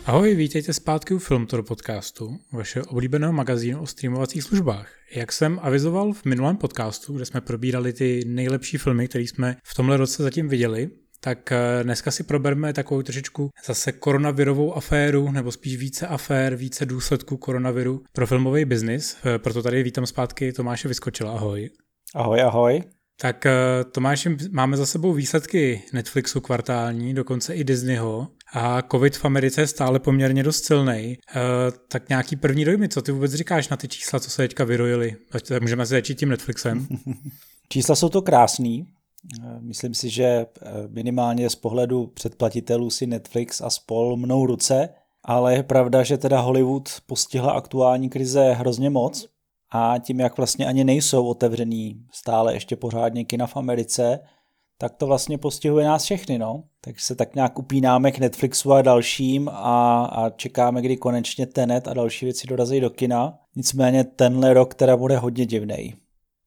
Ahoj, vítejte zpátky u Filmtor podcastu, vašeho oblíbeného magazínu o streamovacích službách. Jak jsem avizoval v minulém podcastu, kde jsme probírali ty nejlepší filmy, které jsme v tomhle roce zatím viděli, tak dneska si probereme takovou trošičku zase koronavirovou aféru, nebo spíš více afér, více důsledků koronaviru pro filmový biznis. Proto tady vítám zpátky Tomáše Vyskočila. Ahoj. Ahoj, ahoj. Tak Tomáši, máme za sebou výsledky Netflixu kvartální, dokonce i Disneyho a covid v Americe je stále poměrně dost silnej. Tak nějaký první dojmy, co ty vůbec říkáš na ty čísla, co se teďka vyrojily? Tak můžeme se začít tím Netflixem. Čísla jsou to krásný. Myslím si, že minimálně z pohledu předplatitelů si Netflix a spol mnou ruce, ale je pravda, že teda Hollywood postihla aktuální krize hrozně moc. A tím, jak vlastně ani nejsou otevřený stále ještě pořádně kina v Americe, tak to vlastně postihuje nás všechny, no. Takže se tak nějak upínáme k Netflixu a dalším a čekáme, kdy konečně Tenet a další věci dorazí do kina. Nicméně tenhle rok teda bude hodně divnej.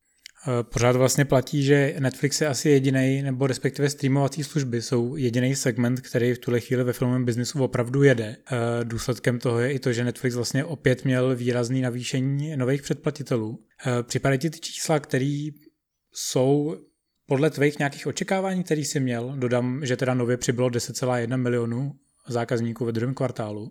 Pořád vlastně platí, že Netflix je asi jedinej, nebo respektive streamovací služby jsou jediný segment, který v tuhle chvíli ve filmovém biznisu opravdu jede. Důsledkem toho je i to, že Netflix vlastně opět měl výrazný navýšení nových předplatitelů. Připadají ti ty čísla, které jsou podle tvých nějakých očekávání, který jsi měl? Dodám, že teda nově přibylo 10,1 milionu zákazníků ve druhém kvartálu.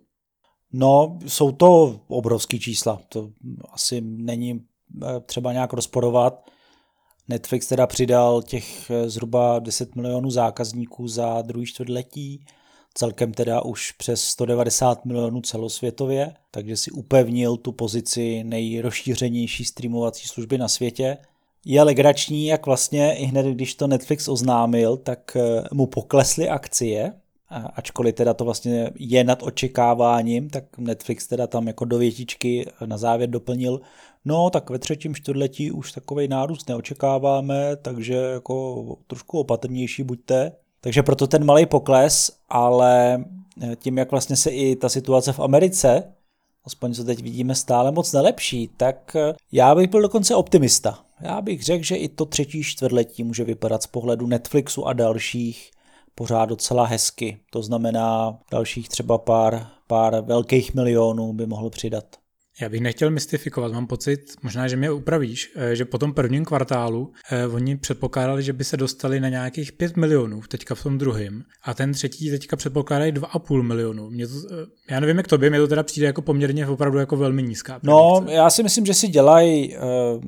No, jsou to obrovský čísla. To asi není třeba nějak rozporovat. Netflix teda přidal těch zhruba 10 milionů zákazníků za druhý čtvrtletí, celkem teda už přes 190 milionů celosvětově, takže si upevnil tu pozici nejrozšířenější streamovací služby na světě. Je legrační, jak vlastně i hned, když to Netflix oznámil, tak mu poklesly akcie, ačkoliv teda to vlastně je nad očekáváním, tak Netflix teda tam jako do větičky na závěr doplnil, no tak ve třetím čtvrtletí už takovej nárůst neočekáváme, takže jako trošku opatrnější buďte. Takže proto ten malý pokles, ale tím, jak vlastně se i ta situace v Americe, aspoň co teď vidíme, stále moc nelepší, tak já bych byl dokonce optimista. Já bych řekl, že i to třetí čtvrtletí může vypadat z pohledu Netflixu a dalších pořád docela hezky. To znamená, dalších třeba pár velkých milionů by mohl přidat. Já bych nechtěl mystifikovat, mám pocit, možná, že mě upravíš, že po tom prvním kvartálu oni předpokládali, že by se dostali na nějakých 5 milionů teďka v tom druhém a ten třetí teďka předpokládají 2,5 milionu. Já nevím, jak tobě, mě to teda přijde jako poměrně opravdu jako velmi nízká predikce. No, já si myslím, že si dělají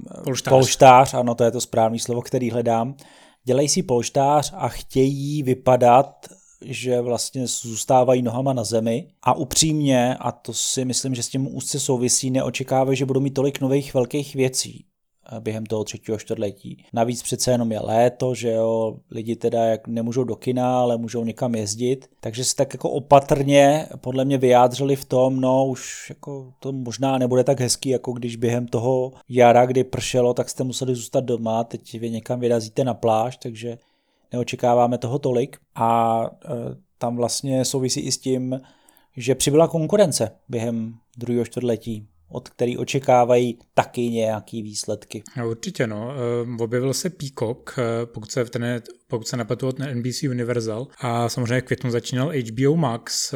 polštář, ano, to je to správné slovo, který hledám. Dělají si polštář a chtějí vypadat, že vlastně zůstávají nohama na zemi a upřímně, a to si myslím, že s tím úzce souvisí, neočekávají, že budou mít tolik nových velkých věcí během toho třetího čtvrtletí. Navíc přece jenom je léto, že jo, lidi teda jak nemůžou do kina, ale můžou někam jezdit, takže si tak jako opatrně podle mě vyjádřili v tom, no už jako to možná nebude tak hezký, jako když během toho jara, kdy pršelo, tak jste museli zůstat doma, teď vy někam vyrazíte na pláž, takže neočekáváme toho tolik a tam vlastně souvisí i s tím, že přibyla konkurence během druhého čtvrtletí, od který očekávají taky nějaký výsledky. No, určitě, no. Objevil se Peacock, pokud se nepletu od NBC Universal a samozřejmě v květnu začínal HBO Max.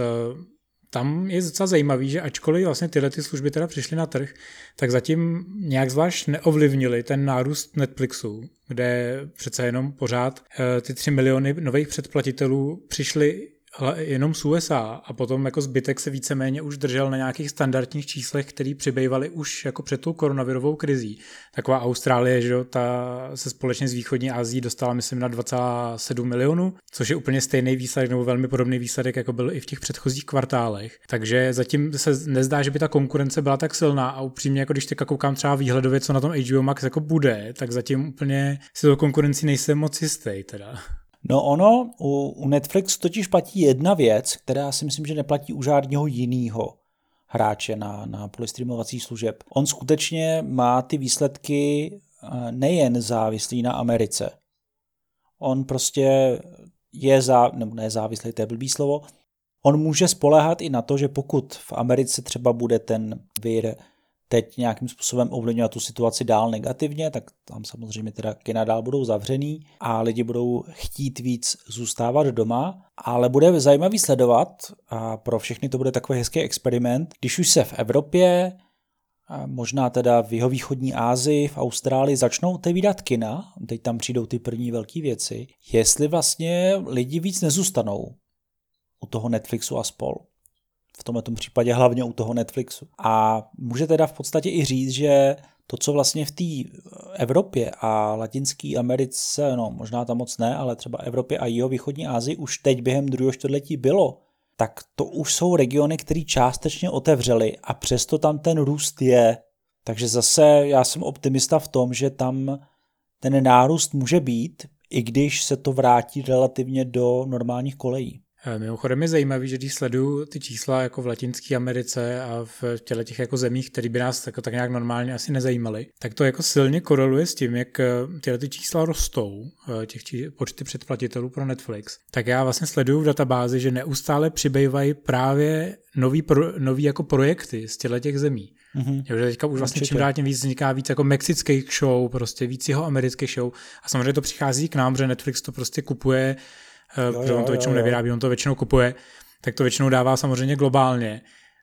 Tam je docela zajímavý, že ačkoliv vlastně tyhle ty služby teda přišly na trh, tak zatím nějak zvlášť neovlivnili ten nárůst Netflixu, kde přece jenom pořád ty 3 miliony nových předplatitelů přišly jenom z USA a potom jako zbytek se víceméně už držel na nějakých standardních číslech, které přibývaly už jako před tou koronavirovou krizí. Taková Austrálie, že ta se společně s východní Asií dostala, myslím, na 2,7 milionů, což je úplně stejný výsledek nebo velmi podobný výsledek, jako byl i v těch předchozích kvartálech. Takže zatím se nezdá, že by ta konkurence byla tak silná a upřímně, jako když teďka koukám třeba výhledově, co na tom HBO Max jako bude, tak zatím úplně si tou konkurencí nejsem moc jistý teda. No ono, u Netflixu totiž platí jedna věc, která si myslím, že neplatí u žádného jiného hráče na polystreamovacích služeb. On skutečně má ty výsledky nejen závislý na Americe. On prostě je nebo ne závislý, to je blbý slovo. On může spoléhat i na to, že pokud v Americe třeba bude ten vir teď nějakým způsobem ovlivňovat tu situaci dál negativně, tak tam samozřejmě teda kina dál budou zavřený a lidi budou chtít víc zůstávat doma, ale bude zajímavý sledovat a pro všechny to bude takový hezký experiment, když už se v Evropě, možná teda v jihovýchodní Asii, v Austrálii začnou otevírat kina, teď tam přijdou ty první velké věci, jestli vlastně lidi víc nezůstanou u toho Netflixu a spol. V tomto případě hlavně u toho Netflixu. A může teda v podstatě i říct, že to, co vlastně v té Evropě a Latinské Americe, no možná tam moc ne, ale třeba Evropě a jihovýchodní Asii už teď během druhého čtvrtletí bylo, tak to už jsou regiony, které částečně otevřely a přesto tam ten růst je. Takže zase já jsem optimista v tom, že tam ten nárůst může být, i když se to vrátí relativně do normálních kolejí. Mimochodem je zajímavý, že když sleduju ty čísla jako v Latinské Americe a v těch jako zemích, které by nás tak nějak normálně asi nezajímaly, tak to jako silně koreluje s tím, jak tyhle ty čísla rostou, počty předplatitelů pro Netflix. Tak já vlastně sleduju v databázi, že neustále přibývají právě nový jako projekty z těch zemí. Mm-hmm. Že teďka už vlastně čím dál tím víc vzniká víc jako mexických show, prostě víc jeho amerických show a samozřejmě to přichází k nám, že Netflix to prostě kupuje, protože on to většinou nevyrábí, on to většinou kupuje, tak to většinou dává samozřejmě globálně.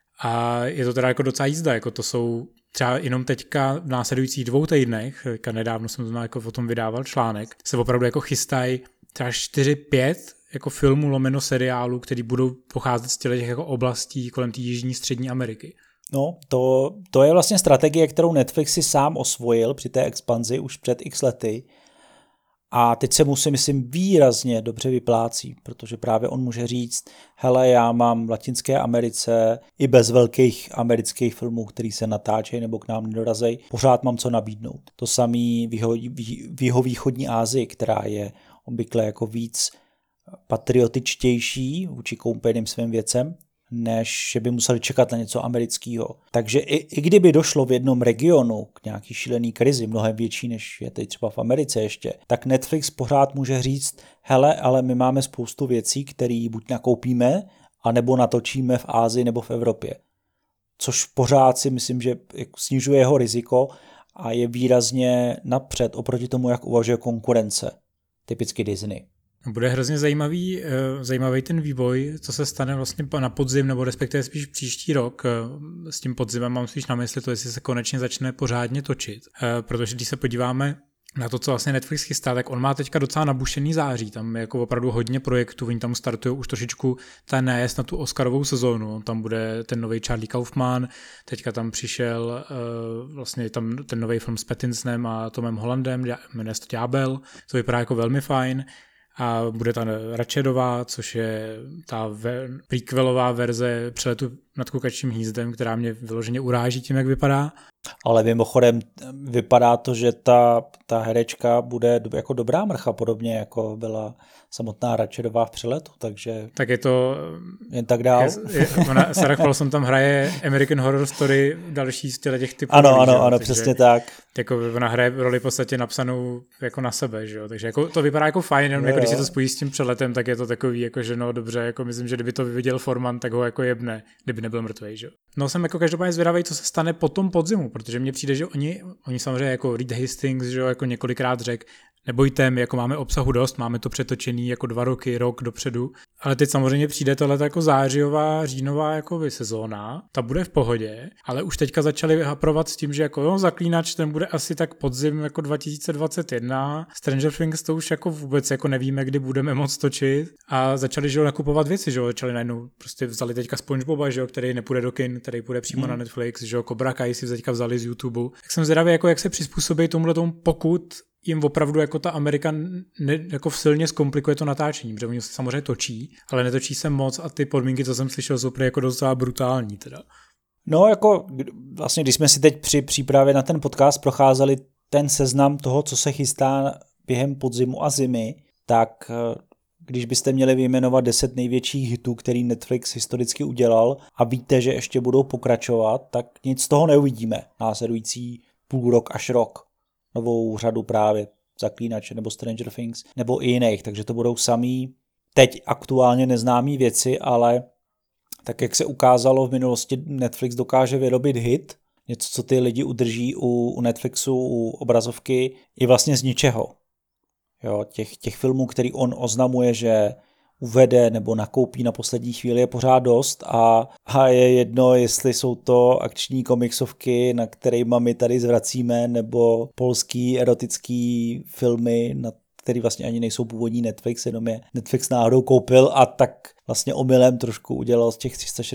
A je to teda jako docela jízda, jako to jsou třeba jenom teďka v následujících 2 týdnech, nedávno jsem to jako o tom vydával článek, se opravdu jako chystají třeba 4-5 jako filmů lomeno seriálů, který budou pocházet z těch jako oblastí kolem té jižní střední Ameriky. No, to je vlastně strategie, kterou Netflix si sám osvojil při té expanzi už před x lety. A teď se musí, myslím, výrazně dobře vyplácí, protože právě on může říct, hele, já mám v Latinské Americe i bez velkých amerických filmů, který se natáčejí nebo k nám nedorazejí, pořád mám co nabídnout. To samé v jihovýchodní Asii, která je obvykle jako víc patriotičtější vůči koupeným svým věcem, než že by museli čekat na něco amerického. Takže i kdyby došlo v jednom regionu k nějaký šílený krizi, mnohem větší, než je teď třeba v Americe ještě, tak Netflix pořád může říct, hele, ale my máme spoustu věcí, které buď nakoupíme, anebo natočíme v Asii nebo v Evropě. Což pořád si myslím, že snižuje jeho riziko a je výrazně napřed oproti tomu, jak uvažuje konkurence. Typicky Disney. Bude hrozně zajímavý ten vývoj, co se stane vlastně na podzim, nebo respektive spíš příští rok. S tím podzimem mám spíš na mysli to, jestli se konečně začne pořádně točit. Protože když se podíváme na to, co vlastně Netflix chystá, tak on má teďka docela nabušený září, tam je jako opravdu hodně projektů, oni tam startují už trošičku ten nájezd na tu Oscarovou sezónu, tam bude ten nový Charlie Kaufman, teďka tam přišel vlastně tam ten nový film s Pattinsonem a Tomem Hollandem, jmenuje se to Ďábel, to vypadá jako velmi fajn. A bude ta Ratchetová, což je ta prequelová verze Přeletu nad kukačím hnízdem, která mě vyloženě uráží tím, jak vypadá. Ale mimochodem vypadá to, že ta herečka bude jako dobrá mrcha, podobně jako byla samotná Ratchetová v Přeletu, takže... Tak je to... Jen tak dál. Sarah Paulson tam hraje American Horror Story, další z těch typů. Ano, přesně tak. Jako ona hraje roli v podstatě napsanou jako na sebe, že jo? Takže jako to vypadá jako fajn, jenom jako když si to spojí s tím Přeletem, tak je to takový, jako že no dobře, jako myslím, že kdyby to viděl Forman, tak ho jako jebne, kdyby nebyl mrtvej, že jo? No jsem jako každopádně zvědavý, co se stane po tom podzimu, protože mně přijde, že oni samozřejmě jako Reed Hastings, že jo, jako několikrát řekl, nebojte, my jako máme obsahu dost, máme to přetočený jako 2 roky, rok dopředu, ale teď samozřejmě přijde tohle jako zářijová, říjnová jako sezóna, ta bude v pohodě, ale už teďka začali haprovat s tím, že jako Zaklínač, ten bude asi tak podzim jako 2021, Stranger Things to už jako vůbec jako nevíme, kdy budeme moc točit a začali, že jo, nakupovat věci, že jo, začali najednou prostě vzali teďka SpongeBoba, že jo, který nepůjde do kin, který půjde přímo na Netflix, že jo, Cobra Kai si teďka vzali z YouTube. Tak jsem zvědavý, jako jak se přizpůsobí tomuhletomu, pokud jim opravdu jako ta Amerika jako silně zkomplikuje to natáčení, protože oni se samozřejmě točí, ale netočí se moc a ty podmínky, co jsem slyšel, jsou jako docela brutální teda. No jako vlastně, když jsme si teď při přípravě na ten podcast procházeli ten seznam toho, co se chystá během podzimu a zimy, tak když byste měli vyjmenovat 10 největších hitů, který Netflix historicky udělal a víte, že ještě budou pokračovat, tak nic z toho neuvidíme následující půl rok až rok. Novou řadu právě Zaklínače nebo Stranger Things nebo i jiných, takže to budou samý teď aktuálně neznámý věci, ale tak jak se ukázalo v minulosti, Netflix dokáže vyrobit hit Něco, co ty lidi udrží u Netflixu, u obrazovky, i vlastně z ničeho. Jo, těch filmů, který on oznamuje, že uvede nebo nakoupí na poslední chvíli, je pořád dost a je jedno, jestli jsou to akční komiksovky, na kterýma my tady zvracíme, nebo polský erotický filmy, na který vlastně ani nejsou původní Netflix, jenom je Netflix náhodou koupil a tak vlastně omylem trošku udělal z těch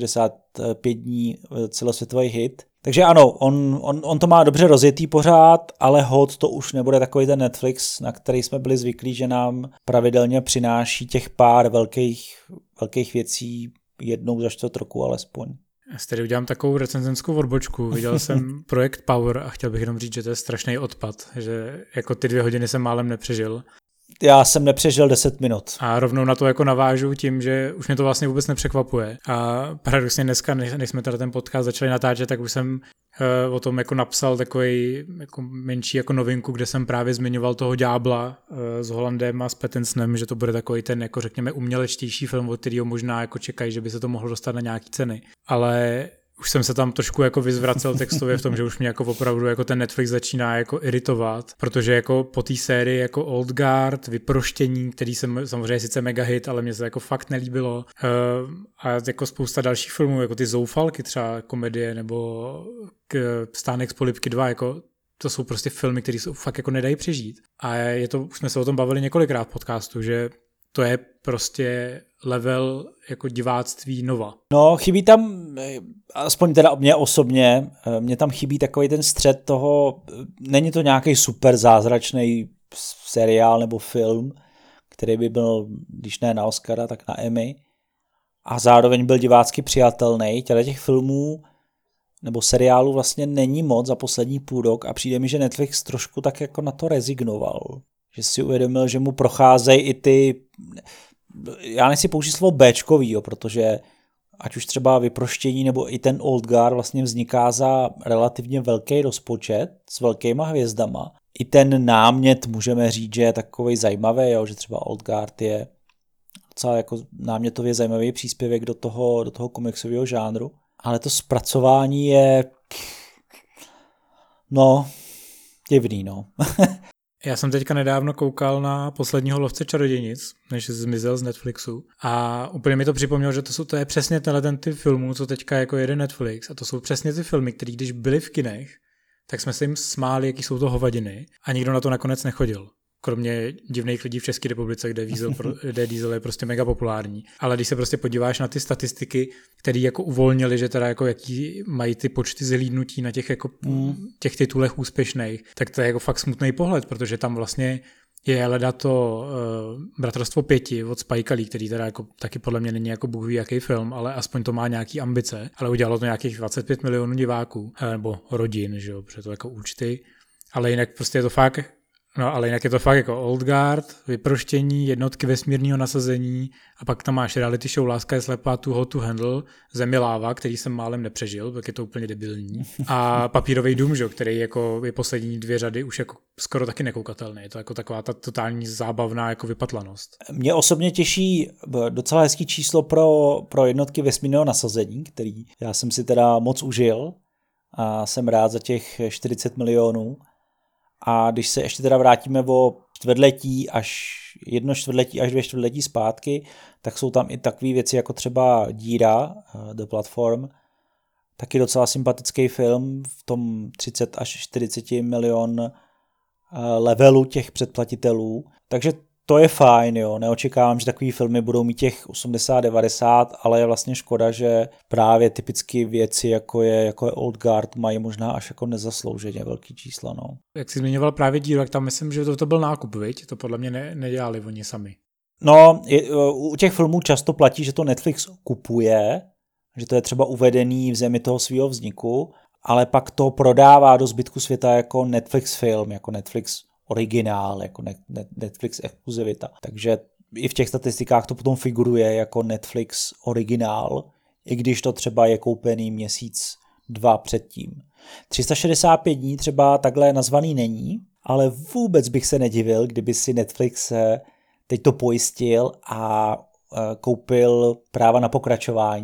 365 dní celosvětový hit. Takže ano, on to má dobře rozjetý pořád, ale hod to už nebude takový ten Netflix, na který jsme byli zvyklí, že nám pravidelně přináší těch pár velkých věcí jednou za 4 roku alespoň. Já si tady udělám takovou recenzenskou odbočku. Viděl jsem projekt Power a chtěl bych jenom říct, že to je strašný odpad, že jako ty 2 hodiny jsem málem nepřežil. Já jsem nepřežil 10 minut. A rovnou na to jako navážu tím, že už mě to vlastně vůbec nepřekvapuje. A paradoxně dneska, než jsme teda ten podcast začali natáčet, tak už jsem o tom jako napsal takový jako menší jako novinku, kde jsem právě zmiňoval toho Ďábla s Hollandem a s Pattinsonem, že to bude takový ten jako řekněme umělečtější film, od kterého možná jako čekají, že by se to mohlo dostat na nějaký ceny. Ale už jsem se tam trošku jako vyzvracel textově v tom, že už mě jako opravdu jako ten Netflix začíná jako iritovat, protože jako po té sérii jako Old Guard, Vyproštění, který se samozřejmě sice mega hit, ale mě se jako fakt nelíbilo a jako spousta dalších filmů, jako ty Zoufalky třeba komedie nebo Stánek z polibky 2, jako to jsou prostě filmy, které se fakt jako nedají přežít. A už jsme se o tom bavili několikrát v podcastu, že to je prostě level jako diváctví nova. No, chybí tam, aspoň teda mě osobně, mě tam chybí takový ten střed toho, není to nějaký super zázračný seriál nebo film, který by byl, když ne na Oscara, tak na Emmy, a zároveň byl divácky přijatelný. Těch filmů nebo seriálů vlastně není moc za poslední půl rok a přijde mi, že Netflix trošku tak jako na to rezignoval. Že si uvědomil, že mu procházejí i ty, já nechci použít slovo Bčkový, protože ať už třeba Vyproštění nebo i ten Old Guard vlastně vzniká za relativně velký rozpočet s velkýma hvězdama. I ten námět můžeme říct, že je takovej zajímavý, jo, že třeba Old Guard je docela jako námětově zajímavý příspěvek do toho komiksového žánru. Ale to zpracování je divný, no. Já jsem teďka nedávno koukal na Posledního lovce čarodějnic, než zmizel z Netflixu. A úplně mi to připomnělo, že to je přesně ten typ filmů, co teďka jako jede Netflix. A to jsou přesně ty filmy, které když byly v kinech, tak jsme se jim smáli, jaký jsou to hovadiny. A nikdo na to nakonec nechodil. Kromě divných lidí v České republice, kde Diesel je prostě mega populární. Ale když se prostě podíváš na ty statistiky, které jako uvolnili, že teda jako jaký mají ty počty zhlídnutí na těch jako těch titulech úspěšných, tak to je jako fakt smutný pohled, protože tam vlastně je leda to Bratrstvo 5 od Spike Lee, který teda jako taky podle mě není jako bůh ví jaký film, ale aspoň to má nějaký ambice, ale udělalo to nějakých 25 milionů diváků, nebo rodin, že jo, protože to jako účty, ale jinak prostě je to fakt. No, ale jinak je to fakt jako Old Guard, Vyproštění, Jednotky vesmírného nasazení a pak tam máš reality show Láska je slepá, Too Hot to Handle, Zemi láva, který jsem málem nepřežil, tak je to úplně debilní. A Papírový dům, že, který jako je poslední 2 řady už jako skoro taky nekoukatelný. Je to jako taková ta totální zábavná jako vypatlanost. Mě osobně těší docela hezký číslo pro Jednotky vesmírného nasazení, který já jsem si teda moc užil a jsem rád za těch 40 milionů. A když se ještě teda vrátíme o 1/4 až 2 čtvrtletí zpátky, tak jsou tam i takové věci jako třeba Díra, The Platform, taky docela sympatický film v tom 30 až 40 milion levelu těch předplatitelů. Takže to je fajn, jo. Neočekávám, že takový filmy budou mít těch 80-90, ale je vlastně škoda, že právě typicky věci, jako je Old Guard, mají možná až jako nezaslouženě velký čísla, no. Jak jsi zmiňoval právě Díru, tak tam myslím, že to byl nákup, viď? To podle mě nedělali oni sami. No, u těch filmů často platí, že to Netflix kupuje, že to je třeba uvedený v zemi toho svého vzniku, ale pak to prodává do zbytku světa jako Netflix film, jako Netflix originál, jako Netflix exkluzivita. Takže i v těch statistikách to potom figuruje jako Netflix originál, i když to třeba je koupený měsíc, 2 předtím. 365 dní třeba takhle nazvaný není, ale vůbec bych se nedivil, kdyby si Netflix teď to pojistil a koupil práva na pokračování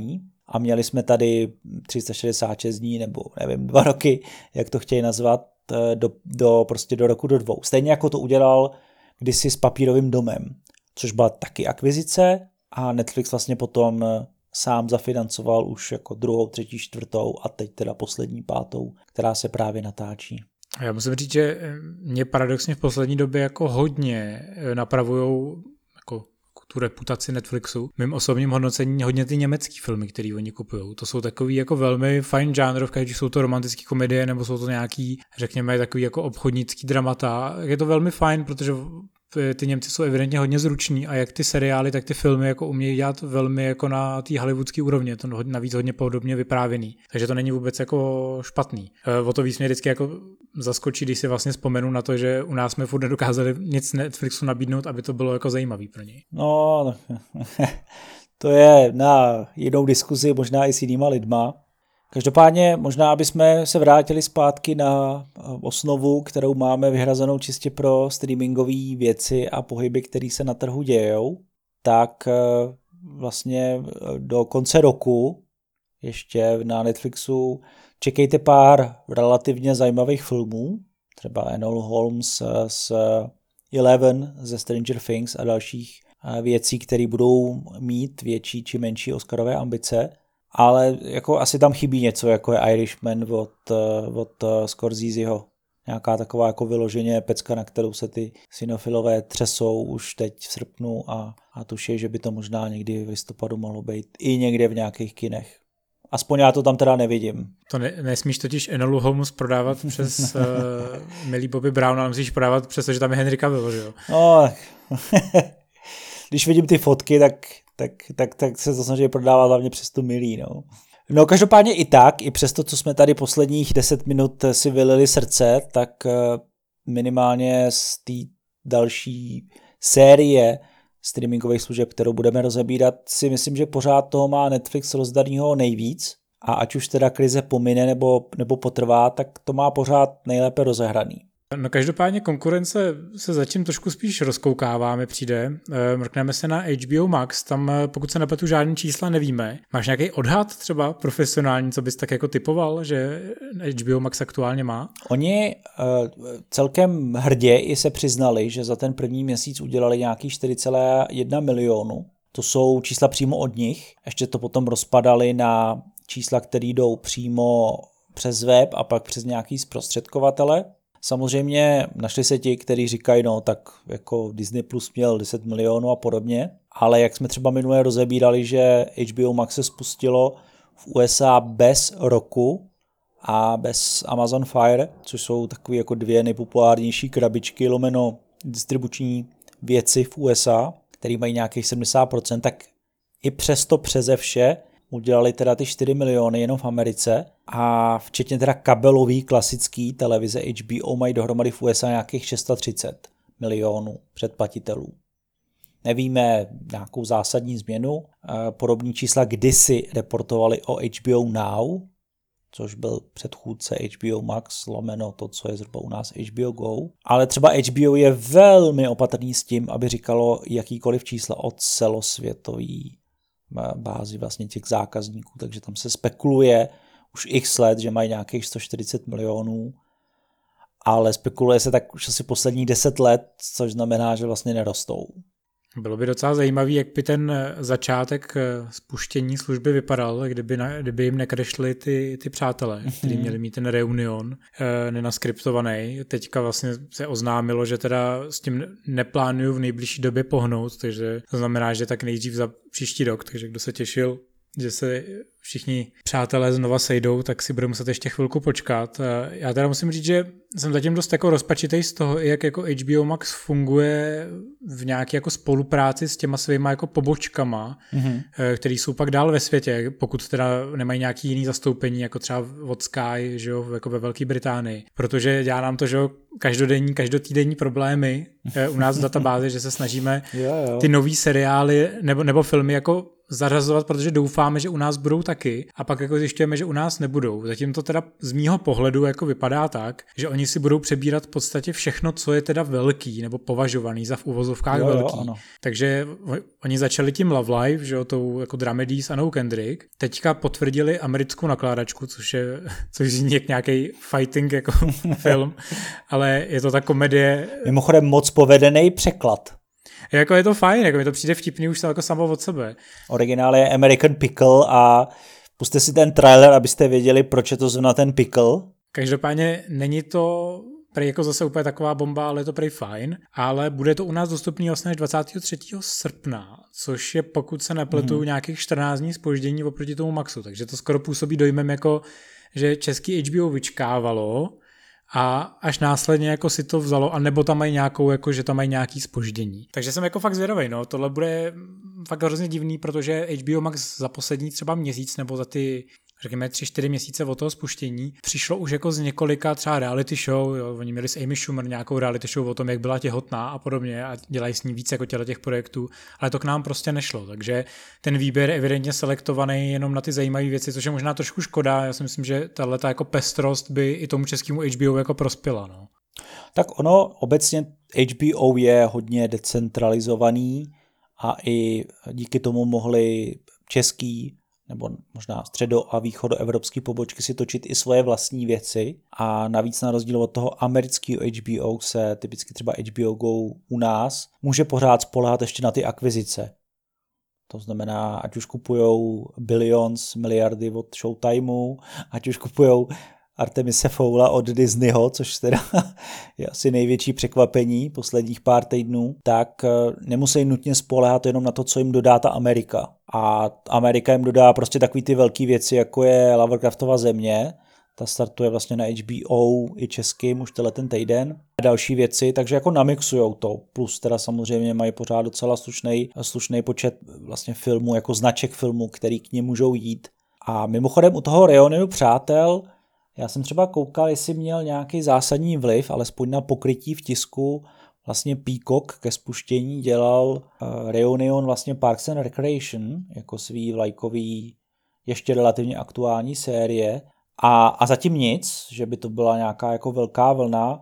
a měli jsme tady 366 dní nebo nevím, 2 roky, jak to chtějí nazvat, prostě do roku do 2. Stejně jako to udělal kdysi s Papírovým domem, což byla taky akvizice a Netflix vlastně potom sám zafinancoval už jako 2., 3., 4. a teď teda poslední 5., která se právě natáčí. Já musím říct, že mě paradoxně v poslední době jako hodně napravujou jako tu reputaci Netflixu. Mým osobním hodnocení hodně ty německý filmy, který oni kupujou. To jsou takový jako velmi fajn žánrovka, ať jsou to romantické komedie, nebo jsou to nějaký, řekněme, takový jako obchodnický dramata. Je to velmi fajn, protože ty Němci jsou evidentně hodně zruční a jak ty seriály, tak ty filmy jako umějí dělat velmi jako na té hollywoodské úrovni, to navíc hodně podobně vyprávěný. Takže to není vůbec jako špatný. O to víc mě vždycky jako zaskočí, když si vlastně vzpomenu na to, že u nás jsme furt nedokázali nic Netflixu nabídnout, aby to bylo jako zajímavý pro něj. No, to je na jinou diskuzi, možná i s jinýma lidma. Každopádně možná, aby jsme se vrátili zpátky na osnovu, kterou máme vyhrazenou čistě pro streamingové věci a pohyby, které se na trhu dějou, tak vlastně do konce roku ještě na Netflixu čekejte pár relativně zajímavých filmů, třeba Enola Holmes z Eleven ze Stranger Things a dalších věcí, které budou mít větší či menší oscarové ambice. Ale jako asi tam chybí něco, jako je Irishman od Scorseseho. Nějaká taková jako vyloženě pecka, na kterou se ty cinefilové třesou už teď v srpnu a tuší, že by to možná někdy v listopadu mohlo být i někde v nějakých kinech. Aspoň já to tam teda nevidím. To nesmíš totiž Enolu Holmes prodávat přes Millie Bobby Brown, ale musíš prodávat přes to, že tam je Henry Cavill, že jo? No, když vidím ty fotky, tak se to snaží prodávat hlavně přes tu Millie, no. No každopádně i tak, i přes to, co jsme tady posledních 10 minut si vylili srdce, tak minimálně z té další série streamingových služeb, kterou budeme rozebírat, si myslím, že pořád toho má Netflix rozdanýho nejvíc a ať už teda krize pomine nebo potrvá, tak to má pořád nejlépe rozehraný. No každopádně konkurence se zatím trošku spíš rozkoukává, mi přijde. Mrkneme se na HBO Max, tam pokud se nepletu žádný čísla nevíme. Máš nějaký odhad třeba profesionální, co bys tak jako typoval, že HBO Max aktuálně má? Oni celkem hrdě i se přiznali, že za ten první měsíc udělali nějaký 4,1 milionu. To jsou čísla přímo od nich. Ještě to potom rozpadali na čísla, které jdou přímo přes web a pak přes nějaký zprostředkovatele. Samozřejmě našli se ti, kteří říkají, no tak jako Disney Plus měl 10 milionů a podobně, ale jak jsme třeba minule rozebírali, že HBO Max se spustilo v USA bez roku a bez Amazon Fire, což jsou takové jako 2 nejpopulárnější krabičky lomeno distribuční věci v USA, které mají nějakých 70%, tak i přesto přeze vše udělali teda ty 4 miliony jenom v Americe a včetně teda kabelový klasický televize HBO mají dohromady v USA nějakých 630 milionů předplatitelů. Nevíme nějakou zásadní změnu. Podobní čísla kdysi reportovali o HBO Now, což byl předchůdce HBO Max, lomeno to, co je zhruba u nás HBO Go. Ale třeba HBO je velmi opatrný s tím, aby říkalo jakýkoliv čísla od celosvětový bázi vlastně těch zákazníků, takže tam se spekuluje už x let, že mají nějakých 140 milionů, ale spekuluje se tak už asi posledních 10 let, což znamená, že vlastně nerostou. Bylo by docela zajímavý, jak by ten začátek spuštění služby vypadal, kdyby jim nekrešli ty přátelé, kteří měli mít ten reunion nenaskriptovaný. Teďka vlastně se oznámilo, že teda s tím neplánuju v nejbližší době pohnout, takže to znamená, že tak nejdřív za příští rok, takže kdo se těšil, že se všichni přátelé znova sejdou, tak si budeme muset ještě chvilku počkat. Já teda musím říct, že jsem zatím dost jako rozpačitej z toho, jak jako HBO Max funguje v nějaké jako spolupráci s těma svýma jako pobočkama, který jsou pak dál ve světě, pokud teda nemají nějaký jiný zastoupení, jako třeba od Sky, že jo, jako ve Velké Británii. Protože dělá nám to, že jo, každotýdenní problémy u nás v databázi, že se snažíme ty nový seriály nebo filmy jako zařazovat, protože doufáme, že u nás budou taky a pak jako zjišťujeme, že u nás nebudou. Zatím to teda z mýho pohledu jako vypadá tak, že oni si budou přebírat v podstatě všechno, co je teda velký nebo považovaný za v uvozovkách velký. Ano. Takže oni začali tím Love Live, že jo, tou jako Dramedy s Annou Kendrick. Teďka potvrdili americkou nakládačku, což zní jak nějaký fighting jako film, ale je to ta komedie. Mimochodem moc povedený překlad. Jako je to fajn, jako mi to přijde vtipný už to jako samo od sebe. Originál je American Pickle a puste si ten trailer, abyste věděli, proč je to zrovna ten pickle. Každopádně není to prej jako zase úplně taková bomba, ale je to prej fajn, ale bude to u nás dostupný vlastně až 23. srpna, což je, pokud se nepletu, nějakých 14 dní zpoždění oproti tomu Maxu, takže to skoro působí dojmem jako, že český HBO vyčkávalo a až následně jako si to vzalo, anebo tam mají nějakou, jako že tam mají nějaký zpoždění. Takže jsem jako fakt zvědavej, no, tohle bude fakt hrozně divný, protože HBO Max za poslední třeba měsíc nebo za ty řekněme 3-4 měsíce od toho spuštění, přišlo už jako z několika třeba reality show, jo, oni měli s Amy Schumer nějakou reality show o tom, jak byla těhotná a podobně a dělají s ní víc jako těch projektů, ale to k nám prostě nešlo, takže ten výběr je evidentně selektovaný jenom na ty zajímavé věci, což je možná trošku škoda, já si myslím, že tahleta jako pestrost by i tomu českému HBO jako prospěla, no. Tak ono obecně HBO je hodně decentralizovaný a i díky tomu mohli český nebo možná středo- a východoevropský pobočky si točit i svoje vlastní věci a navíc na rozdíl od toho amerického HBO se typicky třeba HBO Go u nás může pořád spoléhat ještě na ty akvizice. To znamená, ať už kupujou Billions, miliardy od Showtimeu, ať už kupujou Artemise Foula od Disneyho, což teda je asi největší překvapení posledních pár týdnů, tak nemusí nutně spoléhat jenom na to, co jim dodá ta Amerika. A Amerika jim dodá prostě takový ty velké věci, jako je Lovecraftova země, ta startuje vlastně na HBO i českým už ten týden. A další věci, takže jako namixujou to. Plus teda samozřejmě mají pořád docela slušný počet vlastně filmů, jako značek filmů, který k nim můžou jít. A mimochodem u toho Reunionu přátel, já jsem třeba koukal, jestli měl nějaký zásadní vliv, alespoň na pokrytí v tisku, vlastně Peacock ke spuštění dělal Reunion vlastně Parks and Recreation, jako svý vlajkový, ještě relativně aktuální série. A zatím nic, že by to byla nějaká jako velká vlna.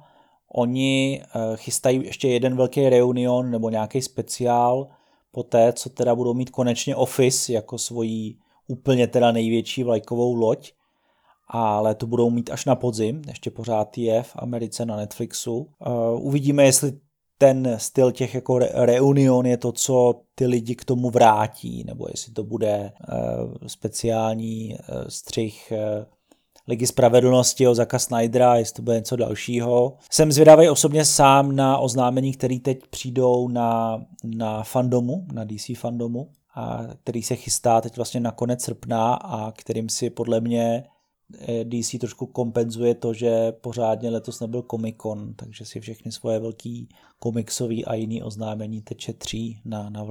Oni chystají ještě jeden velký reunion nebo nějaký speciál poté, co teda budou mít konečně Office jako svoji úplně teda největší vlajkovou loď. Ale to budou mít až na podzim, ještě pořád je v Americe na Netflixu. Uvidíme, jestli ten styl těch jako reunion je to, co ty lidi k tomu vrátí, nebo jestli to bude speciální střih Ligy spravedlnosti od Zacka Snydera, jestli to bude něco dalšího. Jsem zvědavý osobně sám na oznámení, které teď přijdou na fandomu, na DC fandomu, a který se chystá teď vlastně na konec srpna a kterým si podle mě DC trošku kompenzuje to, že pořádně letos nebyl Comic-Con, takže si všechny svoje velký komiksový a jiný oznámení teď šetří na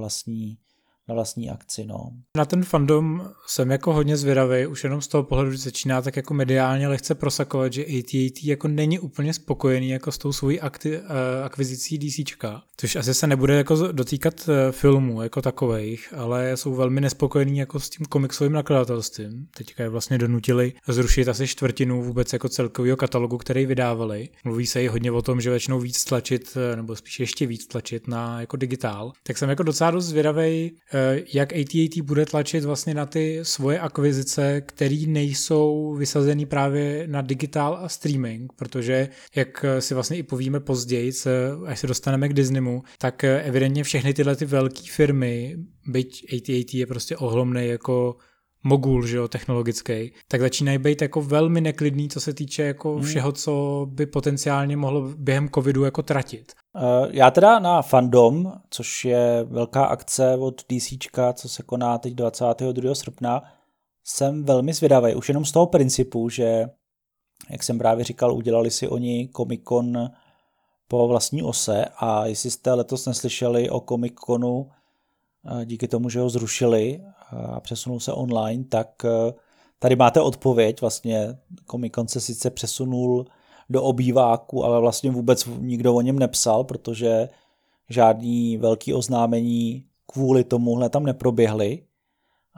vlastní akci. No. Na ten fandom jsem jako hodně zvědavý, už jenom z toho pohledu, že začíná tak jako mediálně lehce prosakovat, že AT&T jako není úplně spokojený jako s tou svojí akvizicí DCčka, což asi se nebude jako dotýkat filmů jako takovejch, ale jsou velmi nespokojení jako s tím komiksovým nakladatelstvím. Teďka je vlastně donutili zrušit asi čtvrtinu vůbec jako celkového katalogu, který vydávali. Mluví se i hodně o tom, že začnou víc tlačit, nebo spíš ještě víc tlačit na jako digitál. Tak jsem jako docela dost zvědavej, jak AT&T bude tlačit vlastně na ty svoje akvizice, které nejsou vysazený právě na digitál a streaming, protože jak si vlastně i povíme později, až se dostaneme k Disneymu, tak evidentně všechny tyhle ty velké firmy, byť AT&T je prostě ohromnej jako mogul, že jo, technologický, tak začínají být jako velmi neklidný, co se týče jako všeho, co by potenciálně mohlo během covidu jako tratit. Já teda na Fandom, což je velká akce od DCčka, co se koná teď 22. srpna, jsem velmi zvědavý. Už jenom z toho principu, že, jak jsem právě říkal, udělali si oni Comic-Con po vlastní ose a jestli jste letos neslyšeli o Comic-Conu díky tomu, že ho zrušili a přesunul se online, tak tady máte odpověď. Vlastně Comic-Con se sice přesunul do obýváku, ale vlastně vůbec nikdo o něm nepsal, protože žádný velký oznámení kvůli tomuhle tam neproběhly.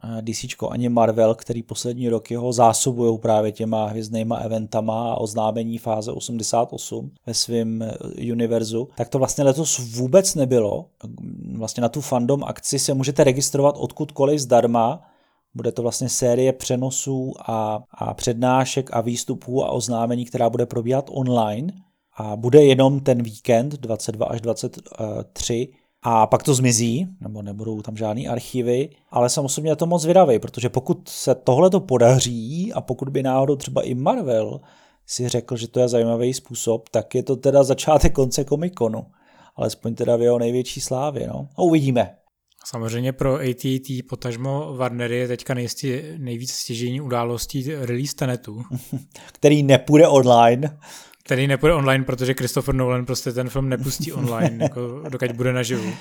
DCčko, ani Marvel, který poslední roky ho zásobují právě těma hvězdnýma eventama a oznámení fáze 88 ve svém univerzu, tak to vlastně letos vůbec nebylo. Vlastně na tu fandom akci se můžete registrovat odkudkoliv zdarma. Bude to vlastně série přenosů a přednášek a výstupů a oznámení, která bude probíhat online a bude jenom ten víkend 22 až 23 a pak to zmizí, nebo nebudou tam žádný archivy, ale jsem osobně na to moc zvědavý, protože pokud se tohle to podaří a pokud by náhodou třeba i Marvel si řekl, že to je zajímavý způsob, tak je to teda začátek konce Comic-Conu, alespoň teda v jeho největší slávě, no. A uvidíme. Samozřejmě pro AT&T potažmo Warner je teďka nejvíc stěžejní událostí release Tenetu. Který nepůjde online. Který nepůjde online, protože Christopher Nolan prostě ten film nepustí online, jako dokud bude naživu.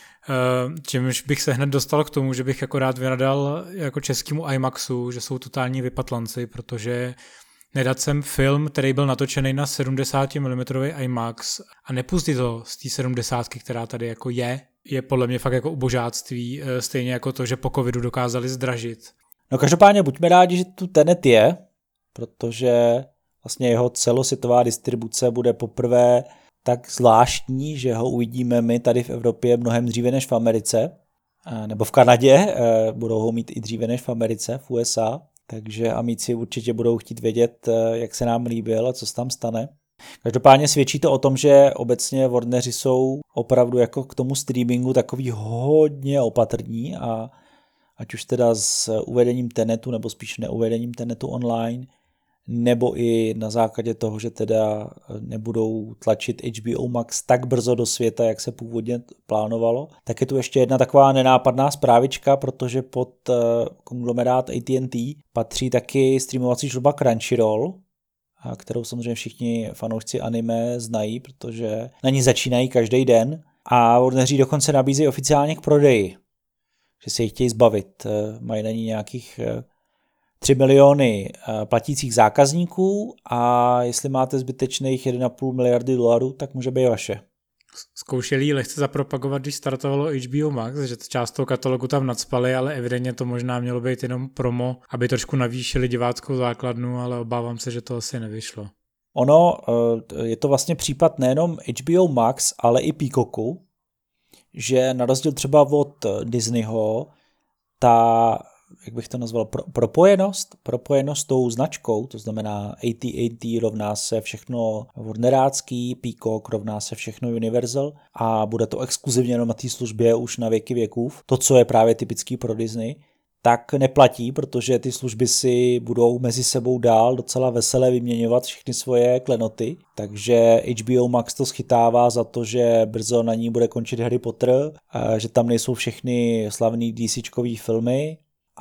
Čímž bych se hned dostal k tomu, že bych jako rád vynadal jako českému IMAXu, že jsou totální vypatlanci, protože nedat sem film, který byl natočený na 70 mm IMAX a nepustit to z té 70, která tady jako je podle mě fakt jako ubožáctví, stejně jako to, že po covidu dokázali zdražit. No každopádně buďme rádi, že tu Tenet je, protože vlastně jeho celosvětová distribuce bude poprvé tak zvláštní, že ho uvidíme my tady v Evropě mnohem dříve než v Americe, nebo v Kanadě, budou ho mít i dříve než v Americe, v USA, takže amici určitě budou chtít vědět, jak se nám líbil a co se tam stane. Každopádně svědčí to o tom, že obecně Warneri jsou opravdu jako k tomu streamingu takový hodně opatrní a ať už teda s uvedením Tenetu nebo spíš neuvedením Tenetu online, nebo i na základě toho, že teda nebudou tlačit HBO Max tak brzo do světa, jak se původně plánovalo, tak je tu ještě jedna taková nenápadná zprávička, protože pod konglomerát AT&T patří taky streamovací služba Crunchyroll, kterou samozřejmě všichni fanoušci anime znají, protože na ní začínají každý den a Warneri dokonce nabízejí oficiálně k prodeji, že se jich chtějí zbavit. Mají na ní nějakých 3 miliony platících zákazníků a jestli máte zbytečných 1,5 miliardy dolarů, tak může být vaše. Zkoušeli lehce zapropagovat, když startovalo HBO Max, že část toho katalogu tam nacpali, ale evidentně to možná mělo být jenom promo, aby trošku navýšili diváckou základnu, ale obávám se, že to asi nevyšlo. Ono, je to vlastně případ nejenom HBO Max, ale i Peacocku, že na rozdíl třeba od Disneyho, ta, jak bych to nazval, propojenost tou značkou, to znamená AT&T rovná se všechno Warnerácký, Peacock rovná se všechno Universal a bude to exkluzivně na té službě už na věky věkův, to, co je právě typický pro Disney, tak neplatí, protože ty služby si budou mezi sebou dál docela veselé vyměňovat všechny svoje klenoty, takže HBO Max to schytává za to, že brzo na ní bude končit Harry Potter, že tam nejsou všechny slavný DCčkový filmy,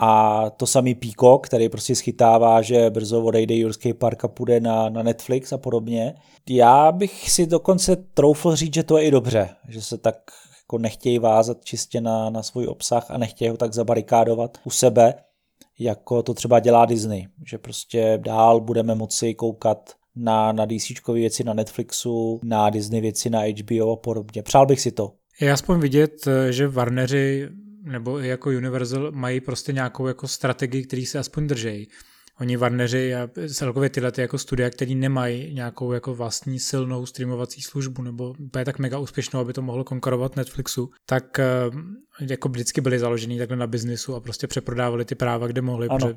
a to samý Peacock, který prostě schytává, že brzo odejde Jurský park a půjde na Netflix a podobně. Já bych si dokonce troufl říct, že to je i dobře, že se tak jako nechtějí vázat čistě na svůj obsah a nechtějí ho tak zabarikádovat u sebe, jako to třeba dělá Disney, že prostě dál budeme moci koukat na DCčkové věci na Netflixu, na Disney věci na HBO a podobně. Přál bych si to. Je aspoň vidět, že Warneri nebo i jako Universal mají prostě nějakou jako strategii, který se aspoň držejí. Oni Warneri a celkově tyhle jako studia, který nemají nějakou jako vlastní silnou streamovací službu nebo úplně tak mega úspěšnou, aby to mohlo konkurovat Netflixu, tak jako vždycky byli založený takhle na biznisu a prostě přeprodávali ty práva, kde mohli, protože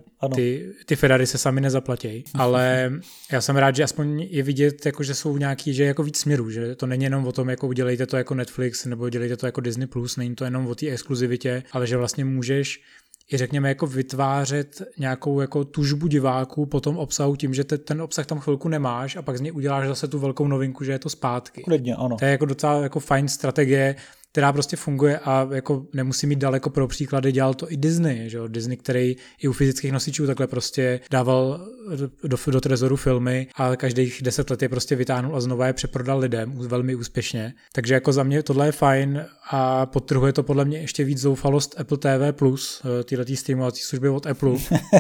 ty Ferrari se sami nezaplatí. Ale já jsem rád, že aspoň je vidět, jako, že jsou nějaký, že jako víc směrů, že to není jenom o tom, jako udělejte to jako Netflix nebo dělejte to jako Disney+, není to jenom o té exkluzivitě, ale že vlastně můžeš i řekněme jako vytvářet nějakou jako tužbu diváků po tom obsahu tím, že ten obsah tam chvilku nemáš a pak z něj uděláš zase tu velkou novinku, že je to zpátky. Klidně, ano. To je jako docela jako fajn strategie, která prostě funguje a jako nemusí mít daleko pro příklady, dělal to i Disney, že jo? Disney, který i u fyzických nosičů takhle prostě dával do trezoru filmy a každých 10 let je prostě vytáhnul a znova je přeprodal lidem velmi úspěšně. Takže jako za mě tohle je fajn a podtrhuje to podle mě ještě víc zoufalost Apple TV+, tyhletý streamovací služby od Apple.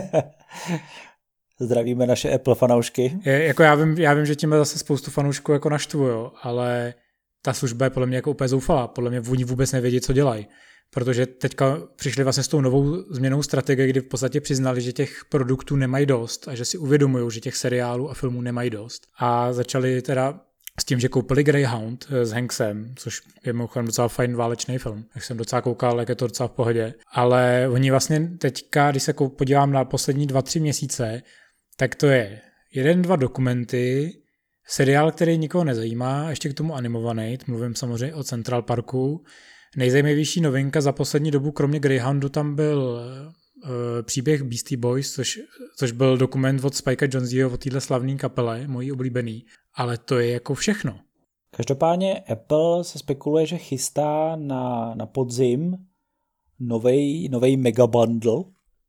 Zdravíme naše Apple fanoušky. Jako já vím, že tím zase spoustu fanoušků jako naštvu, jo, ale ta služba je podle mě jako úplně zoufalá. Podle mě oni vůbec nevědí, co dělají. protože teďka přišli vlastně s tou novou změnou strategie, kdy v podstatě přiznali, že těch produktů nemají dost a že si uvědomují, že těch seriálů a filmů nemají dost. A začali teda s tím, že koupili Greyhound s Hanksem, což je mimochodem docela fajn válečný film. Jak jsem docela koukal, jak je to docela v pohodě. Ale oni vlastně teďka, když se podívám na poslední 2-3 měsíce, tak to je 1-2 dokumenty, seriál, který nikoho nezajímá, ještě k tomu animovaný, mluvím samozřejmě o Central Parku. Nejzajímavější novinka za poslední dobu, kromě Greyhoundu, tam byl příběh Beastie Boys, což byl dokument od Spikea Jonzeho, od téhle slavné kapele, mojí oblíbený. Ale to je jako všechno. Každopádně Apple se spekuluje, že chystá na podzim novej mega bundle,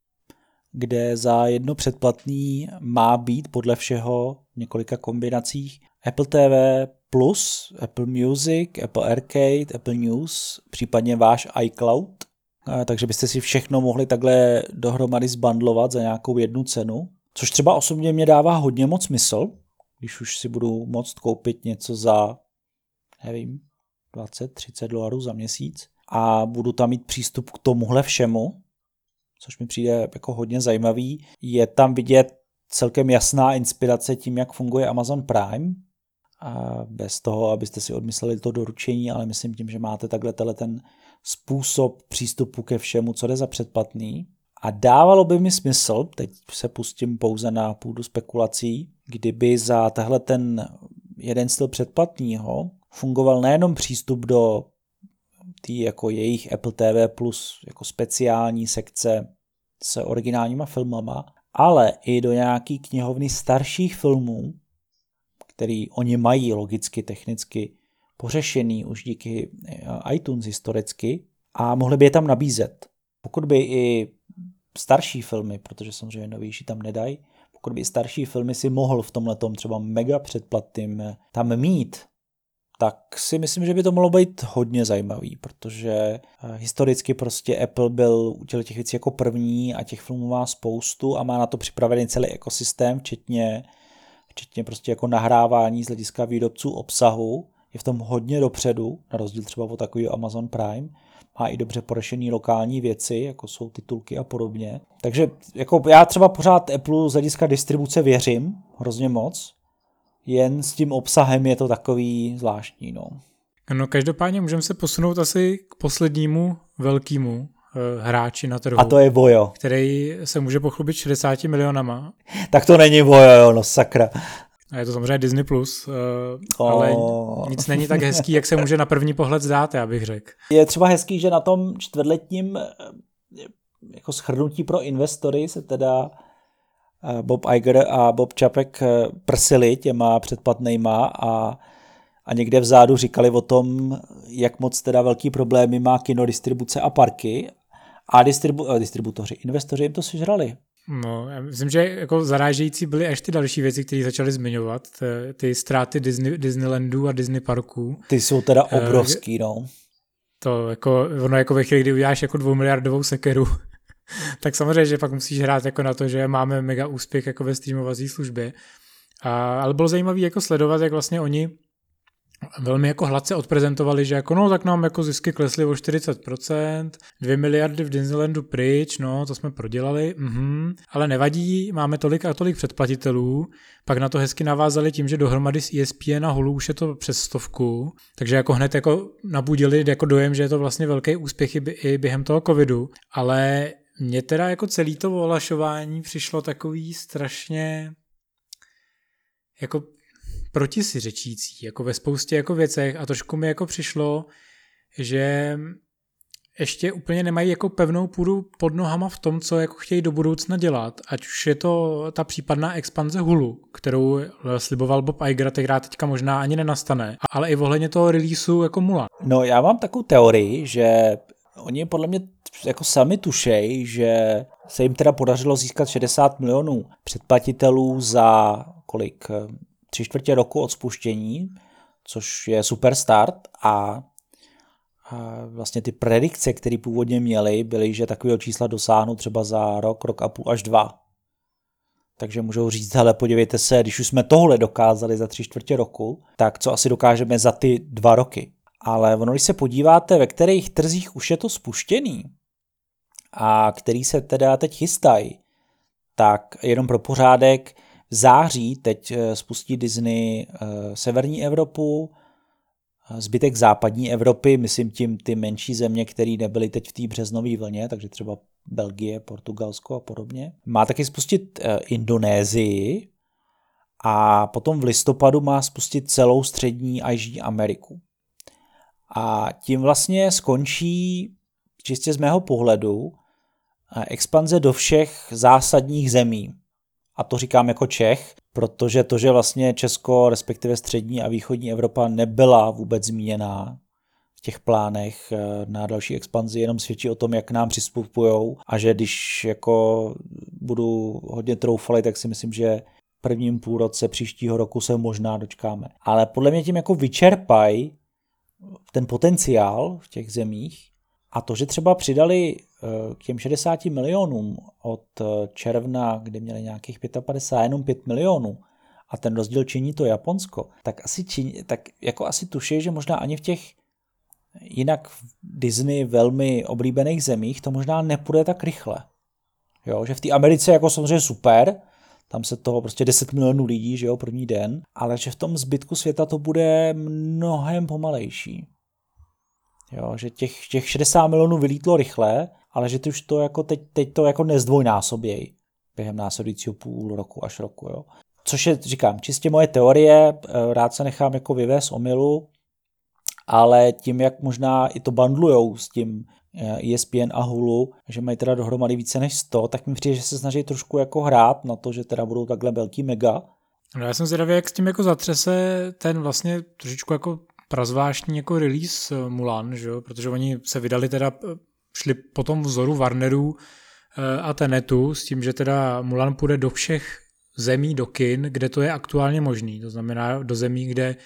kde za jedno předplatný má být podle všeho v několika kombinacích Apple TV+, Apple Music, Apple Arcade, Apple News, případně váš iCloud. Takže byste si všechno mohli takhle dohromady zbundlovat za nějakou jednu cenu, což třeba osobně mě dává hodně moc smysl, když už si budu moct koupit něco za, nevím, $20-30 za měsíc a budu tam mít přístup k tomuhle všemu, což mi přijde jako hodně zajímavý. Je tam vidět celkem jasná inspirace tím, jak funguje Amazon Prime, a bez toho, abyste si odmysleli to doručení, ale myslím tím, že máte takhle ten způsob přístupu ke všemu, co jde za předplatný. A dávalo by mi smysl, teď se pustím pouze na půdu spekulací, kdyby za tahle ten jeden styl předplatného fungoval nejenom přístup do tý jako jejich Apple TV plus jako speciální sekce s originálníma filmama, ale i do nějaký knihovny starších filmů, který oni mají logicky, technicky pořešený už díky iTunes historicky a mohli by je tam nabízet. Pokud by i starší filmy, protože samozřejmě novější tam nedají, pokud by i starší filmy si mohl v tomhletom třeba mega předplatným tam mít, tak si myslím, že by to mohlo být hodně zajímavý, protože historicky prostě Apple byl u těch věcí jako první a těch filmů má spoustu a má na to připravený celý ekosystém, včetně prostě jako nahrávání z hlediska výrobců obsahu. Je v tom hodně dopředu, na rozdíl třeba od takového Amazon Prime. Má i dobře porešený lokální věci, jako jsou titulky a podobně. Takže jako já třeba pořád Apple z hlediska distribuce věřím hrozně moc, jen s tím obsahem je to takový zvláštní. No každopádně můžeme se posunout asi k poslednímu velkému hráči na trhu. A to je Vojo. Který se může pochlubit 60 milionama. Tak to není Vojo, no sakra. A je to samozřejmě Disney+, ale nic není tak hezký, jak se může na první pohled zdát, já bych řekl. Je třeba hezký, že na tom čtvrtletním jako shrnutí pro investory se teda Bob Iger a Bob Chapek prsili těma předplatnejma a někde vzadu říkali o tom, jak moc teda velký problémy má kinodistribuce a parky a distributoři, investoři jim to sežrali. No, já myslím, že jako zarážející byly až ty další věci, které začaly zmiňovat. Ty ztráty Disneylandu a Disney parků. Ty jsou teda obrovský, no. To jako, ono jako ve chvíli, kdy uděláš jako 2 miliardovou sekeru, tak samozřejmě, že pak musíš hrát jako na to, že máme mega úspěch jako ve streamovací službě. Ale bylo zajímavé jako sledovat, jak vlastně oni velmi jako hladce odprezentovali, že jako no, tak nám jako zisky klesly o 40%, 2 miliardy v Disneylandu pryč, no, to jsme prodělali, ale nevadí, máme tolik a tolik předplatitelů, pak na to hezky navázali tím, že dohromady s ESPN a Hulu už je to přes 100, takže jako hned jako nabudili jako dojem, že je to vlastně velký úspěch i během toho covidu, ale mně teda jako celý to ohlašování přišlo takový strašně jako proti si řečící, jako ve spoustě jako věcech a trošku mi jako přišlo, že ještě úplně nemají jako pevnou půdu pod nohama v tom, co jako chtějí do budoucna dělat, ať už je to ta případná expanze Hulu, kterou sliboval Bob Iger, která teďka možná ani nenastane, ale i ohledně toho releaseu jako Mulan. No já mám takovou teorii, že oni podle mě jako sami tušej, že se jim teda podařilo získat 60 milionů předplatitelů za kolik? 3/4 roku od spuštění, což je super start a vlastně ty predikce, které původně měli, byly, že takového čísla dosáhnou třeba za rok a půl až 2. Takže můžou říct, hele, podívejte se, když už jsme tohle dokázali za 3/4 roku, tak co asi dokážeme za ty 2 roky. Ale ono, když se podíváte, ve kterých trzích už je to spuštěný a který se teda teď chystají, tak jenom pro pořádek, v září teď spustí Disney severní Evropu, zbytek západní Evropy, myslím tím ty menší země, které nebyly teď v té březnové vlně, takže třeba Belgie, Portugalsko a podobně. Má taky spustit Indonésii a potom v listopadu má spustit celou střední a jižní Ameriku. A tím vlastně skončí, čistě z mého pohledu, expanze do všech zásadních zemí. A to říkám jako Čech, protože to, že vlastně Česko, respektive střední a východní Evropa nebyla vůbec zmíněná v těch plánech na další expanzi, jenom svědčí o tom, jak nám přistupujou a že když jako budu hodně troufalý, tak si myslím, že v prvním půlroce příštího roku se možná dočkáme. Ale podle mě tím jako vyčerpají ten potenciál v těch zemích a to, že třeba přidali k těm 60 milionům od června, kde měli nějakých 55, jenom 5 milionů a ten rozdíl činí to Japonsko, tak jako asi tuší, že možná ani v těch jinak v Disney velmi oblíbených zemích to možná nepůjde tak rychle. Jo, že v té Americe jako samozřejmě super, tam se toho prostě 10 milionů lidí, že jo, první den, ale že v tom zbytku světa to bude mnohem pomalejší. Jo, že těch 60 milionů vylítlo rychle, ale že ty už to jako teď to jako nezdvojnásobějí během následujícího půl roku až roku. Jo. Což je, říkám, čistě moje teorie, rád se nechám jako vyvést omylu, ale tím, jak možná i to bundlujou s tím ESPN a Hulu, že mají teda dohromady více než 100, tak mi přijde, že se snaží trošku jako hrát na to, že teda budou takhle velký mega. No já jsem zvědavý, jak s tím jako zatřese ten vlastně trošičku jako prazvláštní jako release Mulan, že jo? Protože oni se vydali teda, šli po tom vzoru Warnerů a Tenetu s tím, že teda Mulan půjde do všech zemí, do kin, kde to je aktuálně možný. To znamená do zemí, kde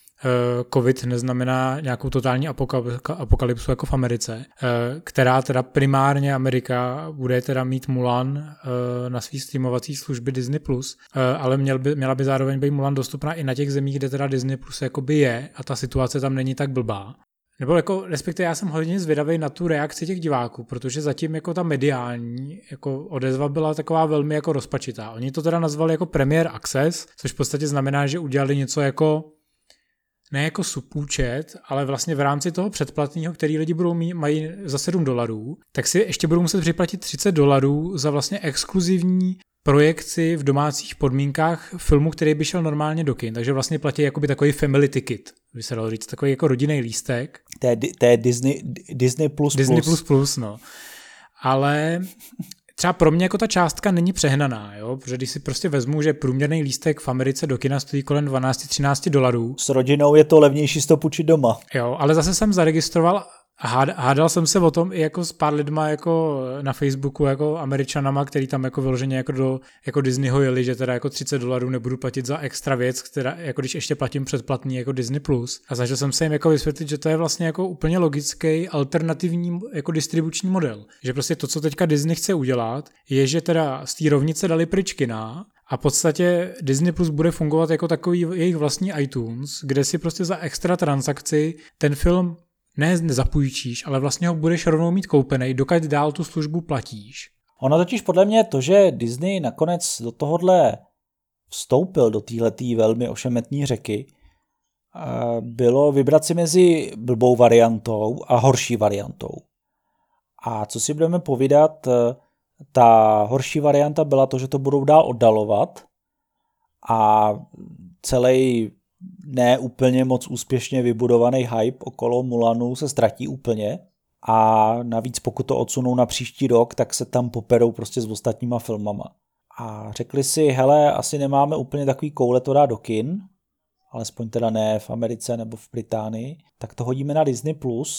covid neznamená nějakou totální apokalypsu jako v Americe, která teda primárně Amerika bude teda mít Mulan na svý streamovací služby Disney+, ale měla by zároveň být Mulan dostupná i na těch zemích, kde teda Disney+ jakoby je a ta situace tam není tak blbá. Nebo jako, respektive já jsem hodně zvědavý na tu reakci těch diváků, protože zatím jako ta mediální jako odezva byla taková velmi jako rozpačitá. Oni to teda nazvali jako Premier Access, což v podstatě znamená, že udělali něco jako ne jako subúčet, ale vlastně v rámci toho předplatného, který lidi mají za $7, tak si ještě budou muset připlatit $30 za vlastně exkluzivní projekci v domácích podmínkách filmu, který by šel normálně do kin. Takže vlastně platí jakoby takový family ticket, by se dalo říct, takový jako rodinný lístek. To je Disney++. Disney++, no. Ale třeba pro mě jako ta částka není přehnaná, jo? Protože když si prostě vezmu, že průměrný lístek v Americe do kina stojí kolem $12-13. S rodinou je to levnější si to půjčit doma. Jo, ale zase jsem zaregistroval a hádal jsem se o tom i jako s pár lidma jako na Facebooku, jako Američanama, který tam jako vyloženě jako do jako Disneyho jeli, že teda jako $30 nebudu platit za extra věc, která jako když ještě platím předplatný jako Disney+. A snažil jsem se jim jako vysvětlit, že to je vlastně jako úplně logický alternativní jako distribuční model. Že prostě to, co teďka Disney chce udělat, je, že teda z té rovnice dali pryč kina a v podstatě Disney Plus bude fungovat jako takový jejich vlastní iTunes, kde si prostě za extra transakci ten film nezapůjčíš, ale vlastně ho budeš rovnou mít koupený, dokud dál tu službu platíš. Ono totiž podle mě to, že Disney nakonec do tohohle vstoupil, do téhletý velmi ošemetné řeky, bylo vybrat si mezi blbou variantou a horší variantou. A co si budeme povídat, ta horší varianta byla to, že to budou dál oddalovat a celý ne úplně moc úspěšně vybudovaný hype okolo Mulanu se ztratí úplně a navíc pokud to odsunou na příští rok, tak se tam poperou prostě s ostatníma filmama. A řekli si, hele, asi nemáme úplně takový koule to dát do kin, alespoň teda ne v Americe nebo v Británii, tak to hodíme na Disney+,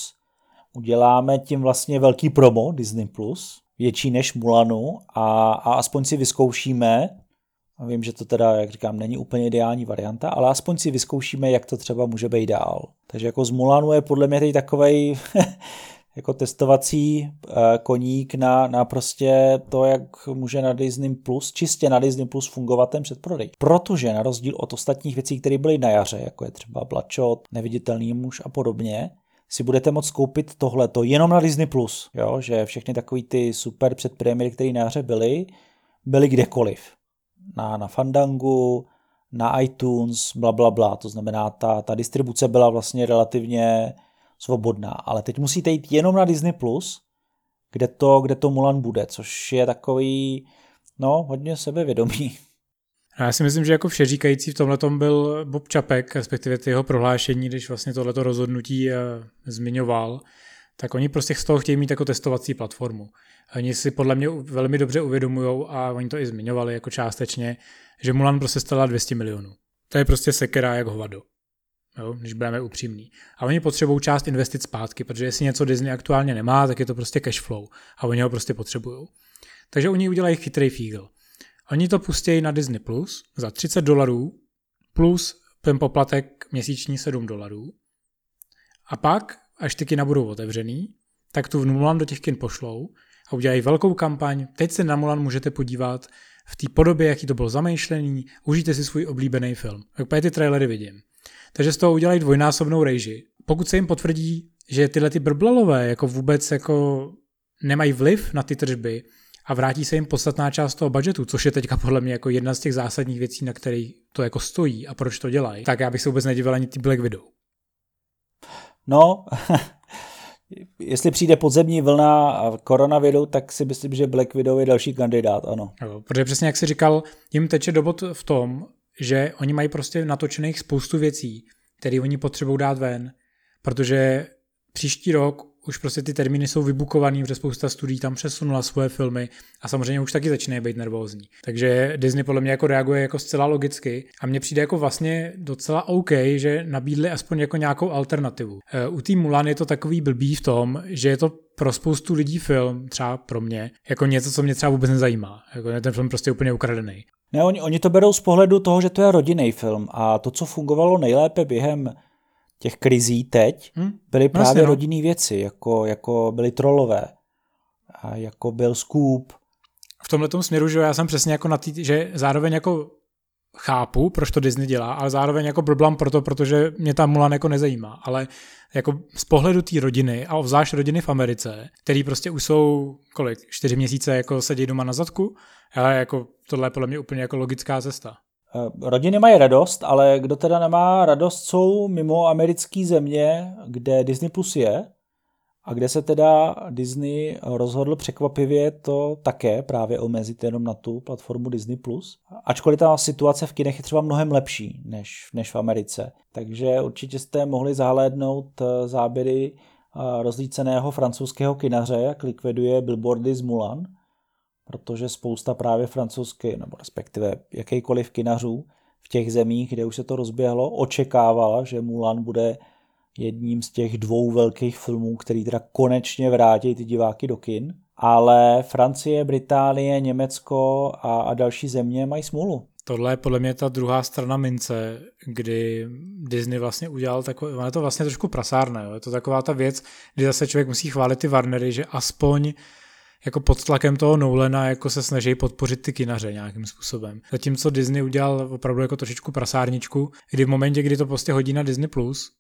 uděláme tím vlastně velký promo Disney+, větší než Mulanu a aspoň si vyzkoušíme, vím, že to teda, jak říkám, není úplně ideální varianta, ale aspoň si vyzkoušíme, jak to třeba může být dál. Takže jako z Mulanu je podle mě tady takovej jako testovací koník na prostě to, jak může na Disney Plus, čistě na Disney Plus fungovat ten předprodej. Protože na rozdíl od ostatních věcí, které byly na jaře, jako je třeba Bloodshot, Neviditelný muž a podobně, si budete moct koupit tohleto jenom na Disney Plus, jo? Že všechny takový ty super předpremiéry, které na jaře byly kdekoliv. Na Fandangu, na iTunes, blablabla, to znamená, ta distribuce byla vlastně relativně svobodná, ale teď musíte jít jenom na Disney+, kde to Mulan bude, což je takový, hodně sebevědomý. Já si myslím, že jako všeříkající v tomhletom byl Bob Čapek, respektive ty jeho prohlášení, když vlastně tohleto rozhodnutí zmiňoval, tak oni prostě z toho chtějí mít jako testovací platformu. Oni si podle mě velmi dobře uvědomujou, a oni to i zmiňovali jako částečně, že Mulan prostě stala 200 milionů. To je prostě sekera jak hovado. Jo, když budeme upřímní. A oni potřebují část investic zpátky, protože jestli něco Disney aktuálně nemá, tak je to prostě cash flow. A oni ho prostě potřebují. Takže oni udělají chytrý fígl. Oni to pustí na Disney Plus za $30 plus ten poplatek měsíční $7. A pak, až ty kina budou otevřený, tak tu Mulan do těch kin pošlou a udělají velkou kampaň. Teď se na Mulan můžete podívat v té podobě, jaký to bylo zamýšlený, užijte si svůj oblíbený film. Jak ty trailery vidím. Takže z toho udělají dvojnásobnou rejži. Pokud se jim potvrdí, že tyhle ty brblalové jako vůbec jako nemají vliv na ty tržby a vrátí se jim podstatná část toho budžetu, což je teďka podle mě jako jedna z těch zásadních věcí, na který to jako stojí a proč to dělají, tak já bych se vůbec nedivil ani ty Black Widow. No, jestli přijde podzemní vlna a koronaviru, tak si myslím, že Black Widow je další kandidát, ano. Jo, protože přesně jak jsi říkal, jim teče do bod v tom, že oni mají prostě natočených spoustu věcí, které oni potřebují dát ven, protože příští rok už prostě ty termíny jsou vybukovaný, protože spousta studií tam přesunula svoje filmy a samozřejmě už taky začínají být nervózní. Takže Disney podle mě jako reaguje jako zcela logicky a mně přijde jako vlastně docela OK, že nabídli aspoň jako nějakou alternativu. U té Mulan je to takový blbý v tom, že je to pro spoustu lidí film, třeba pro mě, jako něco, co mě třeba vůbec nezajímá. Jako ten film prostě úplně ukradený. Ne, oni to berou z pohledu toho, že to je rodinný film a to, co fungovalo nejlépe během těch krizí teď, byly právě rodinné věci, jako byly Trollové, a jako byl Scoop. V tomhletom směru, že já jsem přesně jako že zároveň jako chápu, proč to Disney dělá, ale zároveň jako blblám protože mě ta Mulan jako nezajímá, ale jako z pohledu té rodiny a obzvlášť rodiny v Americe, který prostě už jsou 4 měsíce jako sedí doma na zadku, ale jako tohle je podle mě úplně jako logická cesta. Rodiny mají radost, ale kdo teda nemá radost, jsou mimo americké země, kde Disney Plus je a kde se teda Disney rozhodl překvapivě to také právě omezit jenom na tu platformu Disney Plus. Ačkoliv ta situace v kinech je třeba mnohem lepší než v Americe. Takže určitě jste mohli zahlédnout záběry rozlíceného francouzského kinaře, jak likviduje billboardy z Mulan, protože spousta právě francouzských, nebo respektive jakýkoliv kinařů v těch zemích, kde už se to rozběhlo, očekávala, že Mulan bude jedním z těch 2 velkých filmů, který teda konečně vrátí ty diváky do kin. Ale Francie, Británie, Německo a další země mají smůlu. Tohle je podle mě ta druhá strana mince, kdy Disney vlastně udělal takové, je to vlastně trošku prasárné, jo? Je to taková ta věc, kdy zase člověk musí chválit ty Warnery, že aspoň jako pod tlakem toho Nolana jako se snaží podpořit ty kinaře nějakým způsobem. Zatímco Disney udělal opravdu jako trošičku prasárničku, kdy v momentě, kdy to prostě hodí na Disney+,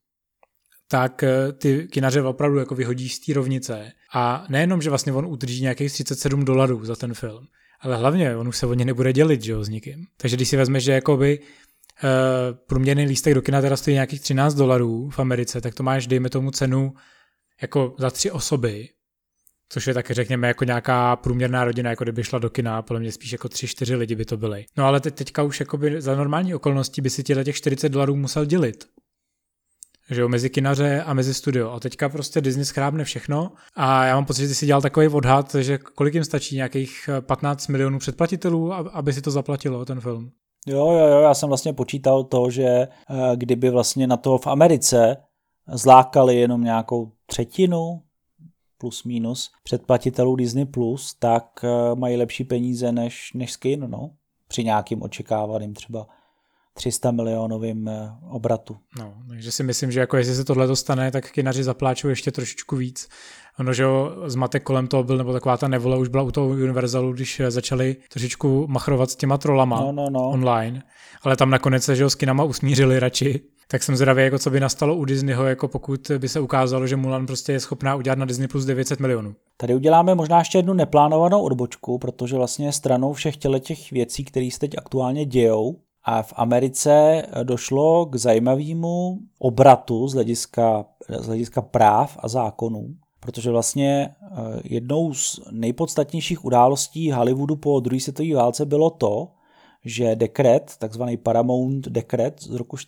tak ty kinaře opravdu jako vyhodí z té rovnice. A nejenom, že vlastně on udrží nějakých $37 za ten film, ale hlavně on už se o ně nebude dělit, že jo, s nikým. Takže když si vezmeš, že jakoby průměrný lístek do kina teda stojí nějakých $13 v Americe, tak to máš, dejme tomu cenu jako za 3 osoby, což je taky řekněme jako nějaká průměrná rodina, jako kdyby šla do kina, podle mě spíš jako 3-4 lidi by to byly. No ale teďka už jakoby za normální okolností by si těch $40 musel dělit. Že jo, mezi kinaře a mezi studio. A teďka prostě Disney schrábne všechno a já mám pocit, že ty si dělal takový odhad, že kolik jim stačí nějakých 15 milionů předplatitelů, aby si to zaplatilo, ten film. Jo, já jsem vlastně počítal to, že kdyby vlastně na to v Americe zlákali jenom nějakou 1/3 plus minus předplatitelů Disney Plus, tak mají lepší peníze než z kin, no. Při nějakým očekávaným třeba 300 milionovým obratu. No, takže si myslím, že jako jestli se tohle dostane, tak kinaři zapláčou ještě trošičku víc. Ono, že jo, zmatek kolem toho byl, nebo taková ta nevole už byla u toho Universalu, když začali trošičku machrovat s těma trolama online, ale tam nakonec se, že jo, s kinama usmířili radši. Tak jsem zvědavý, jako co by nastalo u Disneyho, jako pokud by se ukázalo, že Mulan prostě je schopná udělat na Disney plus 900 milionů. Tady uděláme možná ještě jednu neplánovanou odbočku, protože vlastně stranou všech těch věcí, které se teď aktuálně dějou, a v Americe došlo k zajímavému obratu z hlediska práv a zákonů, protože vlastně jednou z nejpodstatnějších událostí Hollywoodu po druhé světové válce bylo to, že dekret, takzvaný Paramount dekret z roku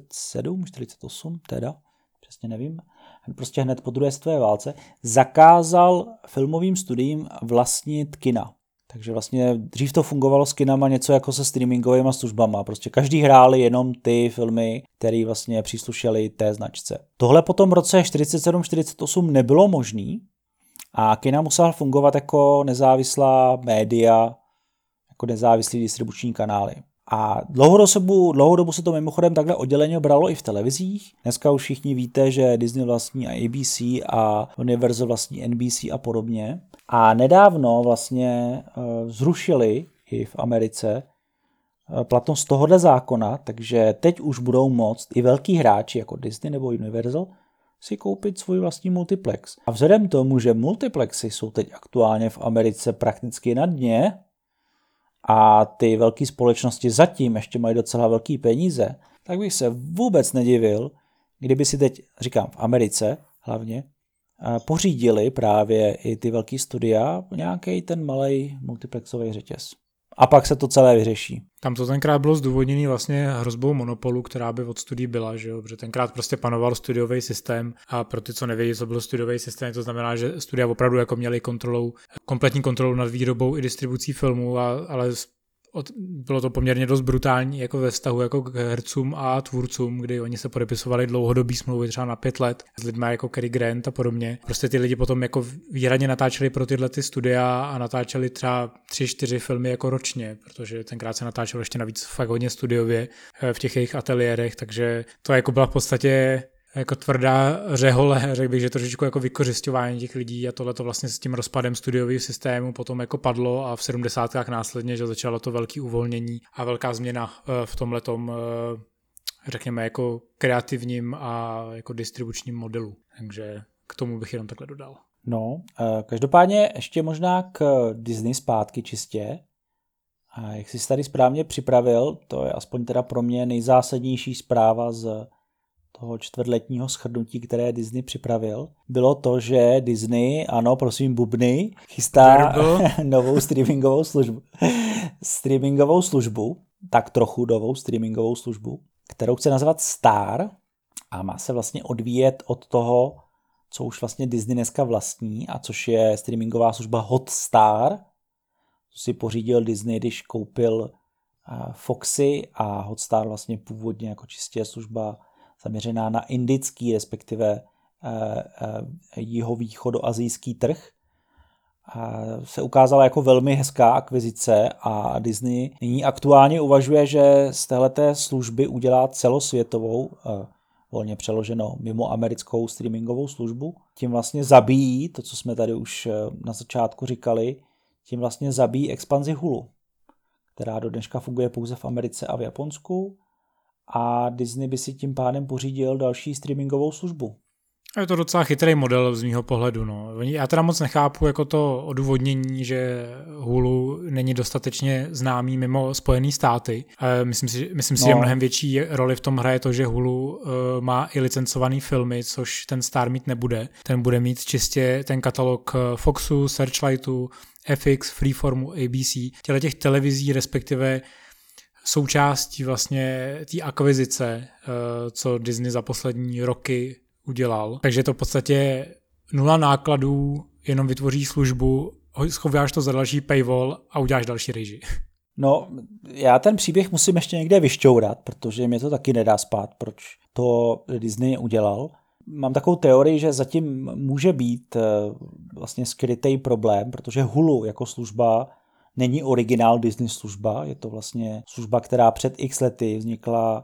48, teda, přesně nevím, prostě hned po druhé světové válce, zakázal filmovým studiím vlastnit kina. Takže vlastně dřív to fungovalo s kinama něco jako se streamingovými službama. Prostě každý hráli jenom ty filmy, které vlastně příslušely té značce. Tohle potom v roce 47-48 nebylo možný a kina musela fungovat jako nezávislá média, jako nezávislý distribuční kanály. A dlouhou dobu se to mimochodem takhle odděleně bralo i v televizích. Dneska už všichni víte, že Disney vlastní ABC a Universal vlastní NBC a podobně. A nedávno vlastně zrušili i v Americe platnost tohohle zákona, takže teď už budou moct i velký hráči jako Disney nebo Universal si koupit svůj vlastní multiplex. A vzhledem k tomu, že multiplexy jsou teď aktuálně v Americe prakticky na dně a ty velké společnosti zatím ještě mají docela velký peníze, tak bych se vůbec nedivil, kdyby si teď, říkám v Americe hlavně, pořídili právě i ty velký studia nějaký ten malej multiplexový řetěz. A pak se to celé vyřeší. Tam to tenkrát bylo zdůvodněné vlastně hrozbou monopolu, která by od studií byla, že jo? Protože tenkrát prostě panoval studiový systém a pro ty, co nevědí, co byl studiový systém, to znamená, že studia opravdu jako měli kompletní kontrolu nad výrobou i distribucí filmů, ale bylo to poměrně dost brutální jako ve vztahu jako k hercům a tvůrcům, kdy oni se podepisovali dlouhodobý smlouvy třeba na 5 let s lidmi jako Cary Grant a podobně. Prostě ty lidi potom jako výhradně natáčeli pro tyhle ty studia a natáčeli třeba 3-4 filmy jako ročně, protože tenkrát se natáčelo ještě navíc fakt hodně studiově v těch jejich ateliérech, takže to jako byla v podstatě jako tvrdá řehole, řekl bych, že trošičku jako vykořisťování těch lidí a tohle to vlastně s tím rozpadem studiového systému potom jako padlo a v 70. následně, že začalo to velký uvolnění a velká změna v tomhletom, řekněme, jako kreativním a jako distribučním modelu. Takže k tomu bych jenom takhle dodal. No, každopádně ještě možná k Disney zpátky čistě. A jak jsi tady správně připravil, to je aspoň teda pro mě nejzásadnější zpráva z toho čtvrtletního shrnutí, které Disney připravil, bylo to, že Disney, ano, prosím, bubny, chystá novou streamingovou službu, tak trochu novou streamingovou službu, kterou chce nazvat Star a má se vlastně odvíjet od toho, co už vlastně Disney dneska vlastní a což je streamingová služba Hotstar, co si pořídil Disney, když koupil Foxy a Hotstar vlastně původně jako čistě služba zaměřená na indický, respektive jihovýchodoasijský trh. Se ukázala jako velmi hezká akvizice a Disney nyní aktuálně uvažuje, že z téhleté služby udělá celosvětovou, volně přeloženo mimo americkou streamingovou službu. Tím vlastně zabíjí, to co jsme tady už na začátku říkali, tím vlastně zabíjí expanzi Hulu, která do dneška funguje pouze v Americe a v Japonsku. A Disney by si tím pádem pořídil další streamingovou službu. Je to docela chytrý model z mýho pohledu. No. Já teda moc nechápu jako to odůvodnění, že Hulu není dostatečně známý mimo Spojené státy. Myslím si, že mnohem větší roli v tom hraje to, že Hulu má i licencovaný filmy, což ten Star mít nebude. Ten bude mít čistě ten katalog Foxu, Searchlightu, FX, Freeformu, ABC, těch televizí, respektive součástí vlastně té akvizice, co Disney za poslední roky udělal. Takže to v podstatě 0 nákladů, jenom vytvoří službu, schováš to za další paywall a uděláš další režii. No, já ten příběh musím ještě někde vyšťourat, protože mě to taky nedá spát, proč to Disney udělal. Mám takovou teorii, že zatím může být vlastně skrytý problém, protože Hulu jako služba není originál Disney služba, je to vlastně služba, která před x lety vznikla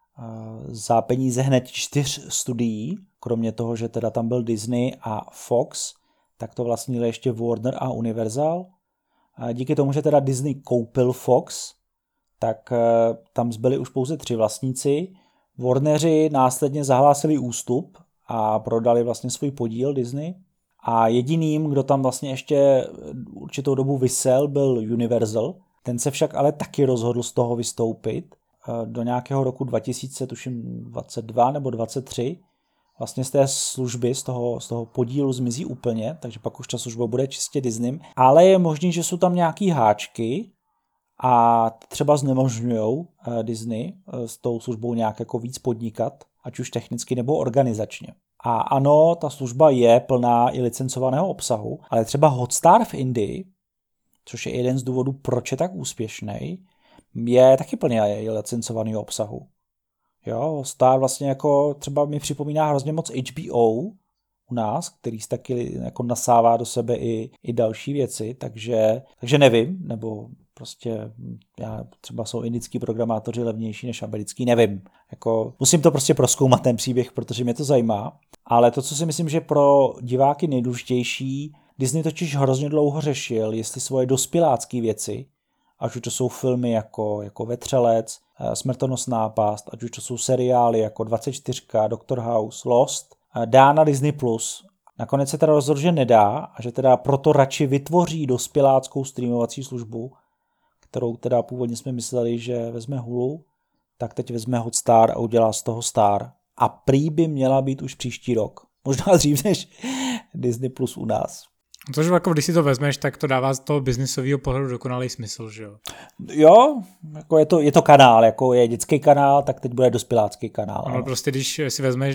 za peníze hned 4 studií, kromě toho, že teda tam byl Disney a Fox, tak to vlastnili ještě Warner a Universal. A díky tomu, že teda Disney koupil Fox, tak tam zbyli už pouze 3 vlastníci. Warneri následně zahlásili ústup a prodali vlastně svůj podíl Disney. A jediným, kdo tam vlastně ještě určitou dobu visel, byl Universal. Ten se však ale taky rozhodl z toho vystoupit. Do nějakého roku 2022 nebo 2023 vlastně z té služby, z toho podílu zmizí úplně, takže pak už ta služba bude čistě Disney. Ale je možný, že jsou tam nějaký háčky a třeba znemožňují Disney s tou službou nějak jako víc podnikat, ať už technicky nebo organizačně. A ano, ta služba je plná i licencovaného obsahu, ale třeba Hotstar v Indii, což je jeden z důvodů, proč je tak úspěšný, je taky plný licencovaného obsahu. Jo, Hotstar vlastně jako třeba mi připomíná hrozně moc HBO u nás, který taky jako nasává do sebe i další věci, takže nevím, nebo prostě třeba jsou indický programátoři levnější než americký, nevím. Jako, musím to prostě prozkoumat ten příběh, protože mě to zajímá. Ale to, co si myslím, že pro diváky nejdůležitější, Disney totiž hrozně dlouho řešil, jestli svoje dospělácké věci, ať už to jsou filmy jako Vetřelec, Smrtonosná pást, ať už to jsou seriály jako 24, Doctor House, Lost, dá na Disney+. Nakonec se teda rozhodl, že nedá a že teda proto radši vytvoří dospěláckou streamovací službu, kterou teda původně jsme mysleli, že vezme Hulu, tak teď vezme Hotstar a udělá z toho Star. A prý by měla být už příští rok. Možná dřív než Disney Plus u nás. Což jako když si to vezmeš, tak to dává z toho biznisového pohledu dokonalý smysl, že jo? Jo, jako je to kanál, jako je dětský kanál, tak teď bude dospělácký kanál. No prostě když si vezmeš,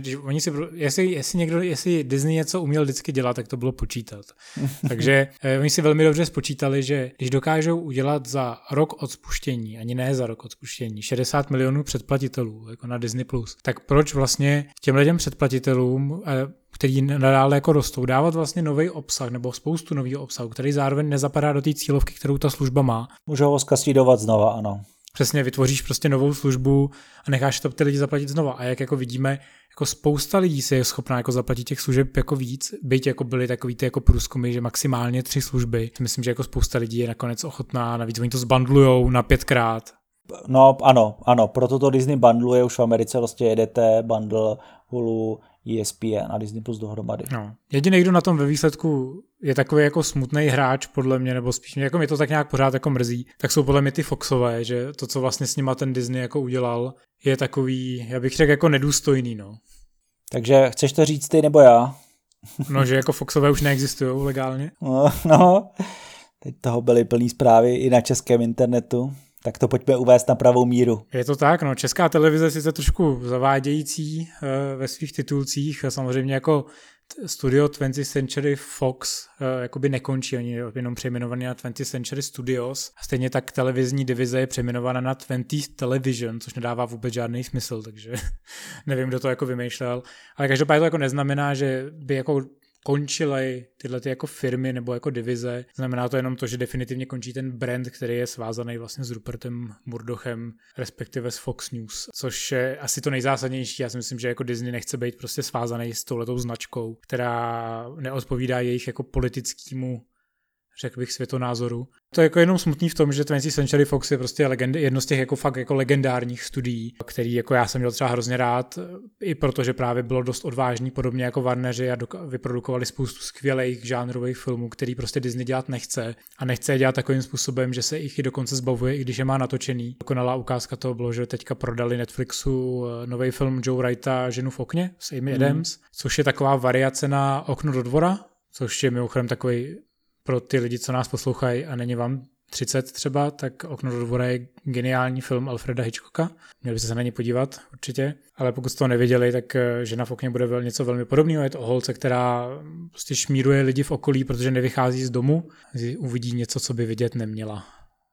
jestli Disney něco uměl vždycky dělat, tak to bylo počítat. Takže oni si velmi dobře spočítali, že když dokážou udělat za rok od spuštění, ani ne za rok od spuštění, 60 milionů předplatitelů jako na Disney+, tak proč vlastně těm lidem předplatitelům, který nadále jako rostou, dávat vlastně nový obsah nebo spoustu nového obsahu, který zároveň nezapadá do té cílovky, kterou ta služba má. Můžou ho zkasírovat znova, ano. Přesně, vytvoříš prostě novou službu a necháš to ty lidi zaplatit znova. A jak jako vidíme, jako spousta lidí si je schopná jako zaplatit těch služeb jako víc, byť jako byly takový ty jako průzkumy, že maximálně 3 služby. Myslím, že jako spousta lidí je nakonec ochotná, navíc oni to zbundlujou na 5krát. No ano, proto to Disney bundluje, už v Americe vlastně jedete bundle Hulu, ESPN a Disney Plus dohromady. No. Jediný, kdo na tom ve výsledku je takový jako smutný hráč podle mě, nebo spíš jako mě to tak nějak pořád jako mrzí, tak jsou podle mě ty Foxové, že to, co vlastně s nima ten Disney jako udělal, je takový, já bych řekl jako nedůstojný, no. Takže chceš to říct ty nebo já? No, že jako Foxové už neexistujou legálně. No, teď toho byly plný zprávy i na českém internetu. Tak to pojďme uvést na pravou míru. Je to tak, no. Česká televize je sice trošku zavádějící ve svých titulcích, samozřejmě jako studio 20th Century Fox jakoby nekončí, oni jenom přejmenovaný na 20th Century Studios. A stejně tak televizní divize je přejmenovaná na 20th Television, což nedává vůbec žádný smysl, takže nevím, kdo to jako vymýšlel. Ale každopádně to jako neznamená, že by jako končily tyhle ty jako firmy nebo jako divize. Znamená to jenom to, že definitivně končí ten brand, který je svázaný vlastně s Rupertem Murdochem, respektive s Fox News, což je asi to nejzásadnější. Já si myslím, že jako Disney nechce být prostě svázaný s touhletou značkou, která neodpovídá jejich jako politickému, řekl bych, světonázoru. To je jako jenom smutný v tom, že 20th Century Fox je prostě jedno z těch jako fakt jako legendárních studií, který jako já jsem měl třeba hrozně rád, i protože právě bylo dost odvážný, podobně jako Warneri a vyprodukovali spoustu skvělých žánrových filmů, který prostě Disney dělat nechce a nechce je dělat takovým způsobem, že se jich i dokonce zbavuje, i když je má natočený. Dokonalá ukázka toho bylo, že teďka prodali Netflixu nový film Joe Wrighta Ženu v okně s Amy Adams, což je taková variace na Okno do dvora, což je mimochodem takový pro ty lidi, co nás poslouchají a není vám 30 třeba, tak Okno do dvora je geniální film Alfreda Hitchcocka. Měli byste se na něj podívat určitě, ale pokud jste to nevěděli, tak Žena v okně bude něco velmi podobného. Je to o holce, která prostě šmíruje lidi v okolí, protože nevychází z domu, uvidí něco, co by vidět neměla.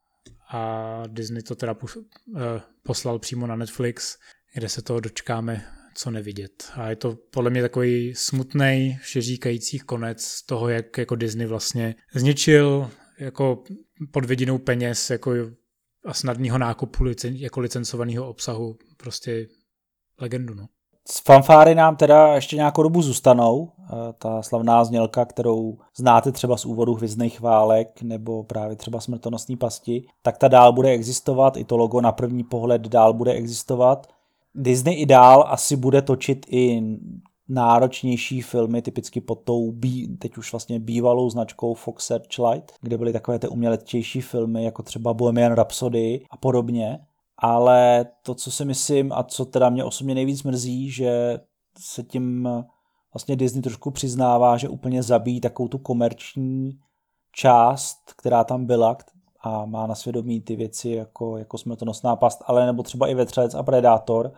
A Disney to teda poslal přímo na Netflix, kde se toho dočkáme co nevidět. A je to podle mě takový smutnej, všeříkající konec toho, jak jako Disney vlastně zničil jako pod vidinou peněz jako a snadného nákupu jako licencovaného obsahu prostě legendu, no. Z fanfáry nám teda ještě nějakou dobu zůstanou. Ta slavná znělka, kterou znáte třeba z úvodu Hvězdných válek nebo právě třeba Smrtonosné pasti, tak ta dál bude existovat, i to logo na první pohled dál bude existovat. Disney i dál asi bude točit i náročnější filmy, typicky pod tou teď už vlastně bývalou značkou Fox Searchlight, kde byly takové ty umělectější filmy, jako třeba Bohemian Rhapsody a podobně. Ale to, co si myslím a co teda mě osobně nejvíc mrzí, že se tím vlastně Disney trošku přiznává, že úplně zabíjí takovou tu komerční část, která tam byla a má na svědomí ty věci jako Smrtonosná past, ale nebo třeba i Vetřelec a Predátor.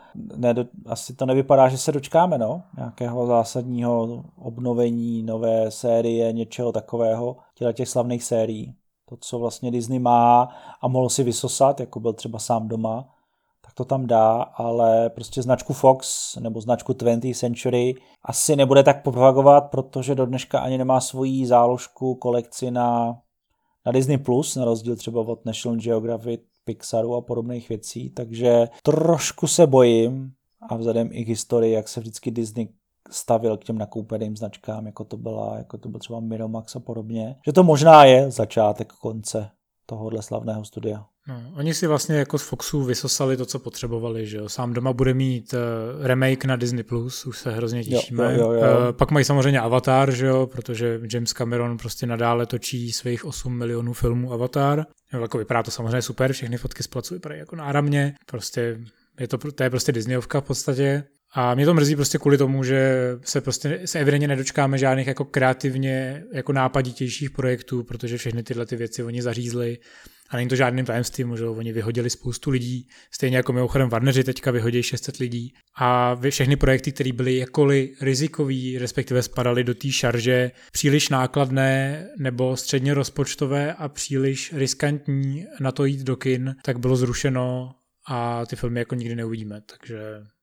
Asi to nevypadá, že se dočkáme, no, nějakého zásadního obnovení, nové série, něčeho takového, těch slavných sérií. To, co vlastně Disney má a mohl si vysosat, jako byl třeba Sám doma, tak to tam dá, ale prostě značku Fox nebo značku 20th Century asi nebude tak propagovat, protože do dneška ani nemá svoji záložku, kolekci na Disney+, na rozdíl třeba od National Geographic, Pixaru a podobných věcí, takže trošku se bojím a vzhledem i k historii, jak se vždycky Disney stavil k těm nakoupeným značkám, jako to byl třeba Miramax a podobně, že to možná je začátek konce tohohle slavného studia. No, oni si vlastně jako z Foxu vysosali to, co potřebovali, že jo. Sám doma bude mít remake na Disney+, už se hrozně těšíme. Jo. Pak mají samozřejmě Avatar, že jo, protože James Cameron prostě nadále točí svých 8 milionů filmů Avatar. Jako vypadá to samozřejmě super, všechny fotky z placu vypadají jako náramně, prostě to je prostě Disneyovka v podstatě. A mě to mrzí prostě kvůli tomu, že se evidentně nedočkáme žádných jako kreativně jako nápaditějších projektů, protože všechny tyhle ty věci oni zařízli a není to žádným tajemstvím, že oni vyhodili spoustu lidí, stejně jako mimochodem Warneri teďka vyhodí 600 lidí a všechny projekty, které byly jakkoliv rizikový, respektive spadaly do té šarže příliš nákladné nebo středně rozpočtové a příliš riskantní na to jít do kin, tak bylo zrušeno a ty filmy jako nikdy neuvidíme, takže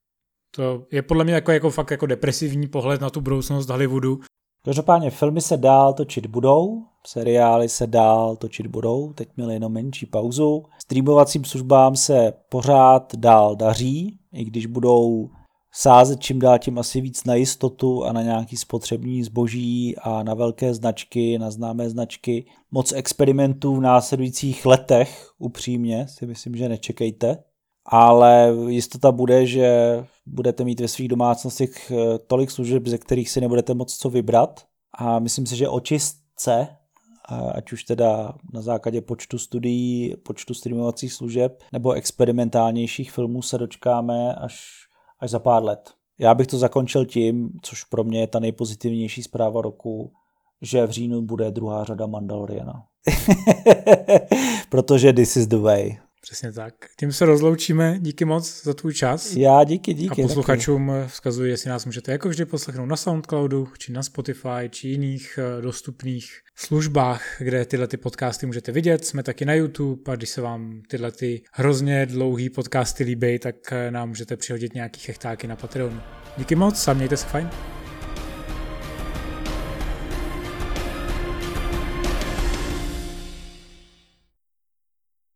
to je podle mě jako fakt jako depresivní pohled na tu budoucnost Hollywoodu. Každopádně filmy se dál točit budou, seriály se dál točit budou, teď měli jenom menší pauzu. Streamovacím službám se pořád dál daří, i když budou sázet čím dál tím asi víc na jistotu a na nějaký spotřební zboží a na velké značky, na známé značky. Moc experimentů v následujících letech, upřímně, si myslím, že nečekejte. Ale jistota bude, že budete mít ve svých domácnostech tolik služeb, ze kterých si nebudete moc co vybrat. A myslím si, že o čistce, ať už teda na základě počtu studií, počtu streamovacích služeb nebo experimentálnějších filmů se dočkáme až za pár let. Já bych to zakončil tím, což pro mě je ta nejpozitivnější zpráva roku, že v říjnu bude druhá řada Mandaloriana. Protože this is the way. Přesně tak. Tím se rozloučíme. Díky moc za tvůj čas. Já díky. A posluchačům vzkazuji, jestli nás můžete jako vždy poslechnout na Soundcloudu, či na Spotify, či jiných dostupných službách, kde tyhle ty podcasty můžete vidět. Jsme taky na YouTube a když se vám tyhle ty hrozně dlouhý podcasty líbí, tak nám můžete přihodit nějaký chechtáky na Patreonu. Díky moc a mějte se fajn.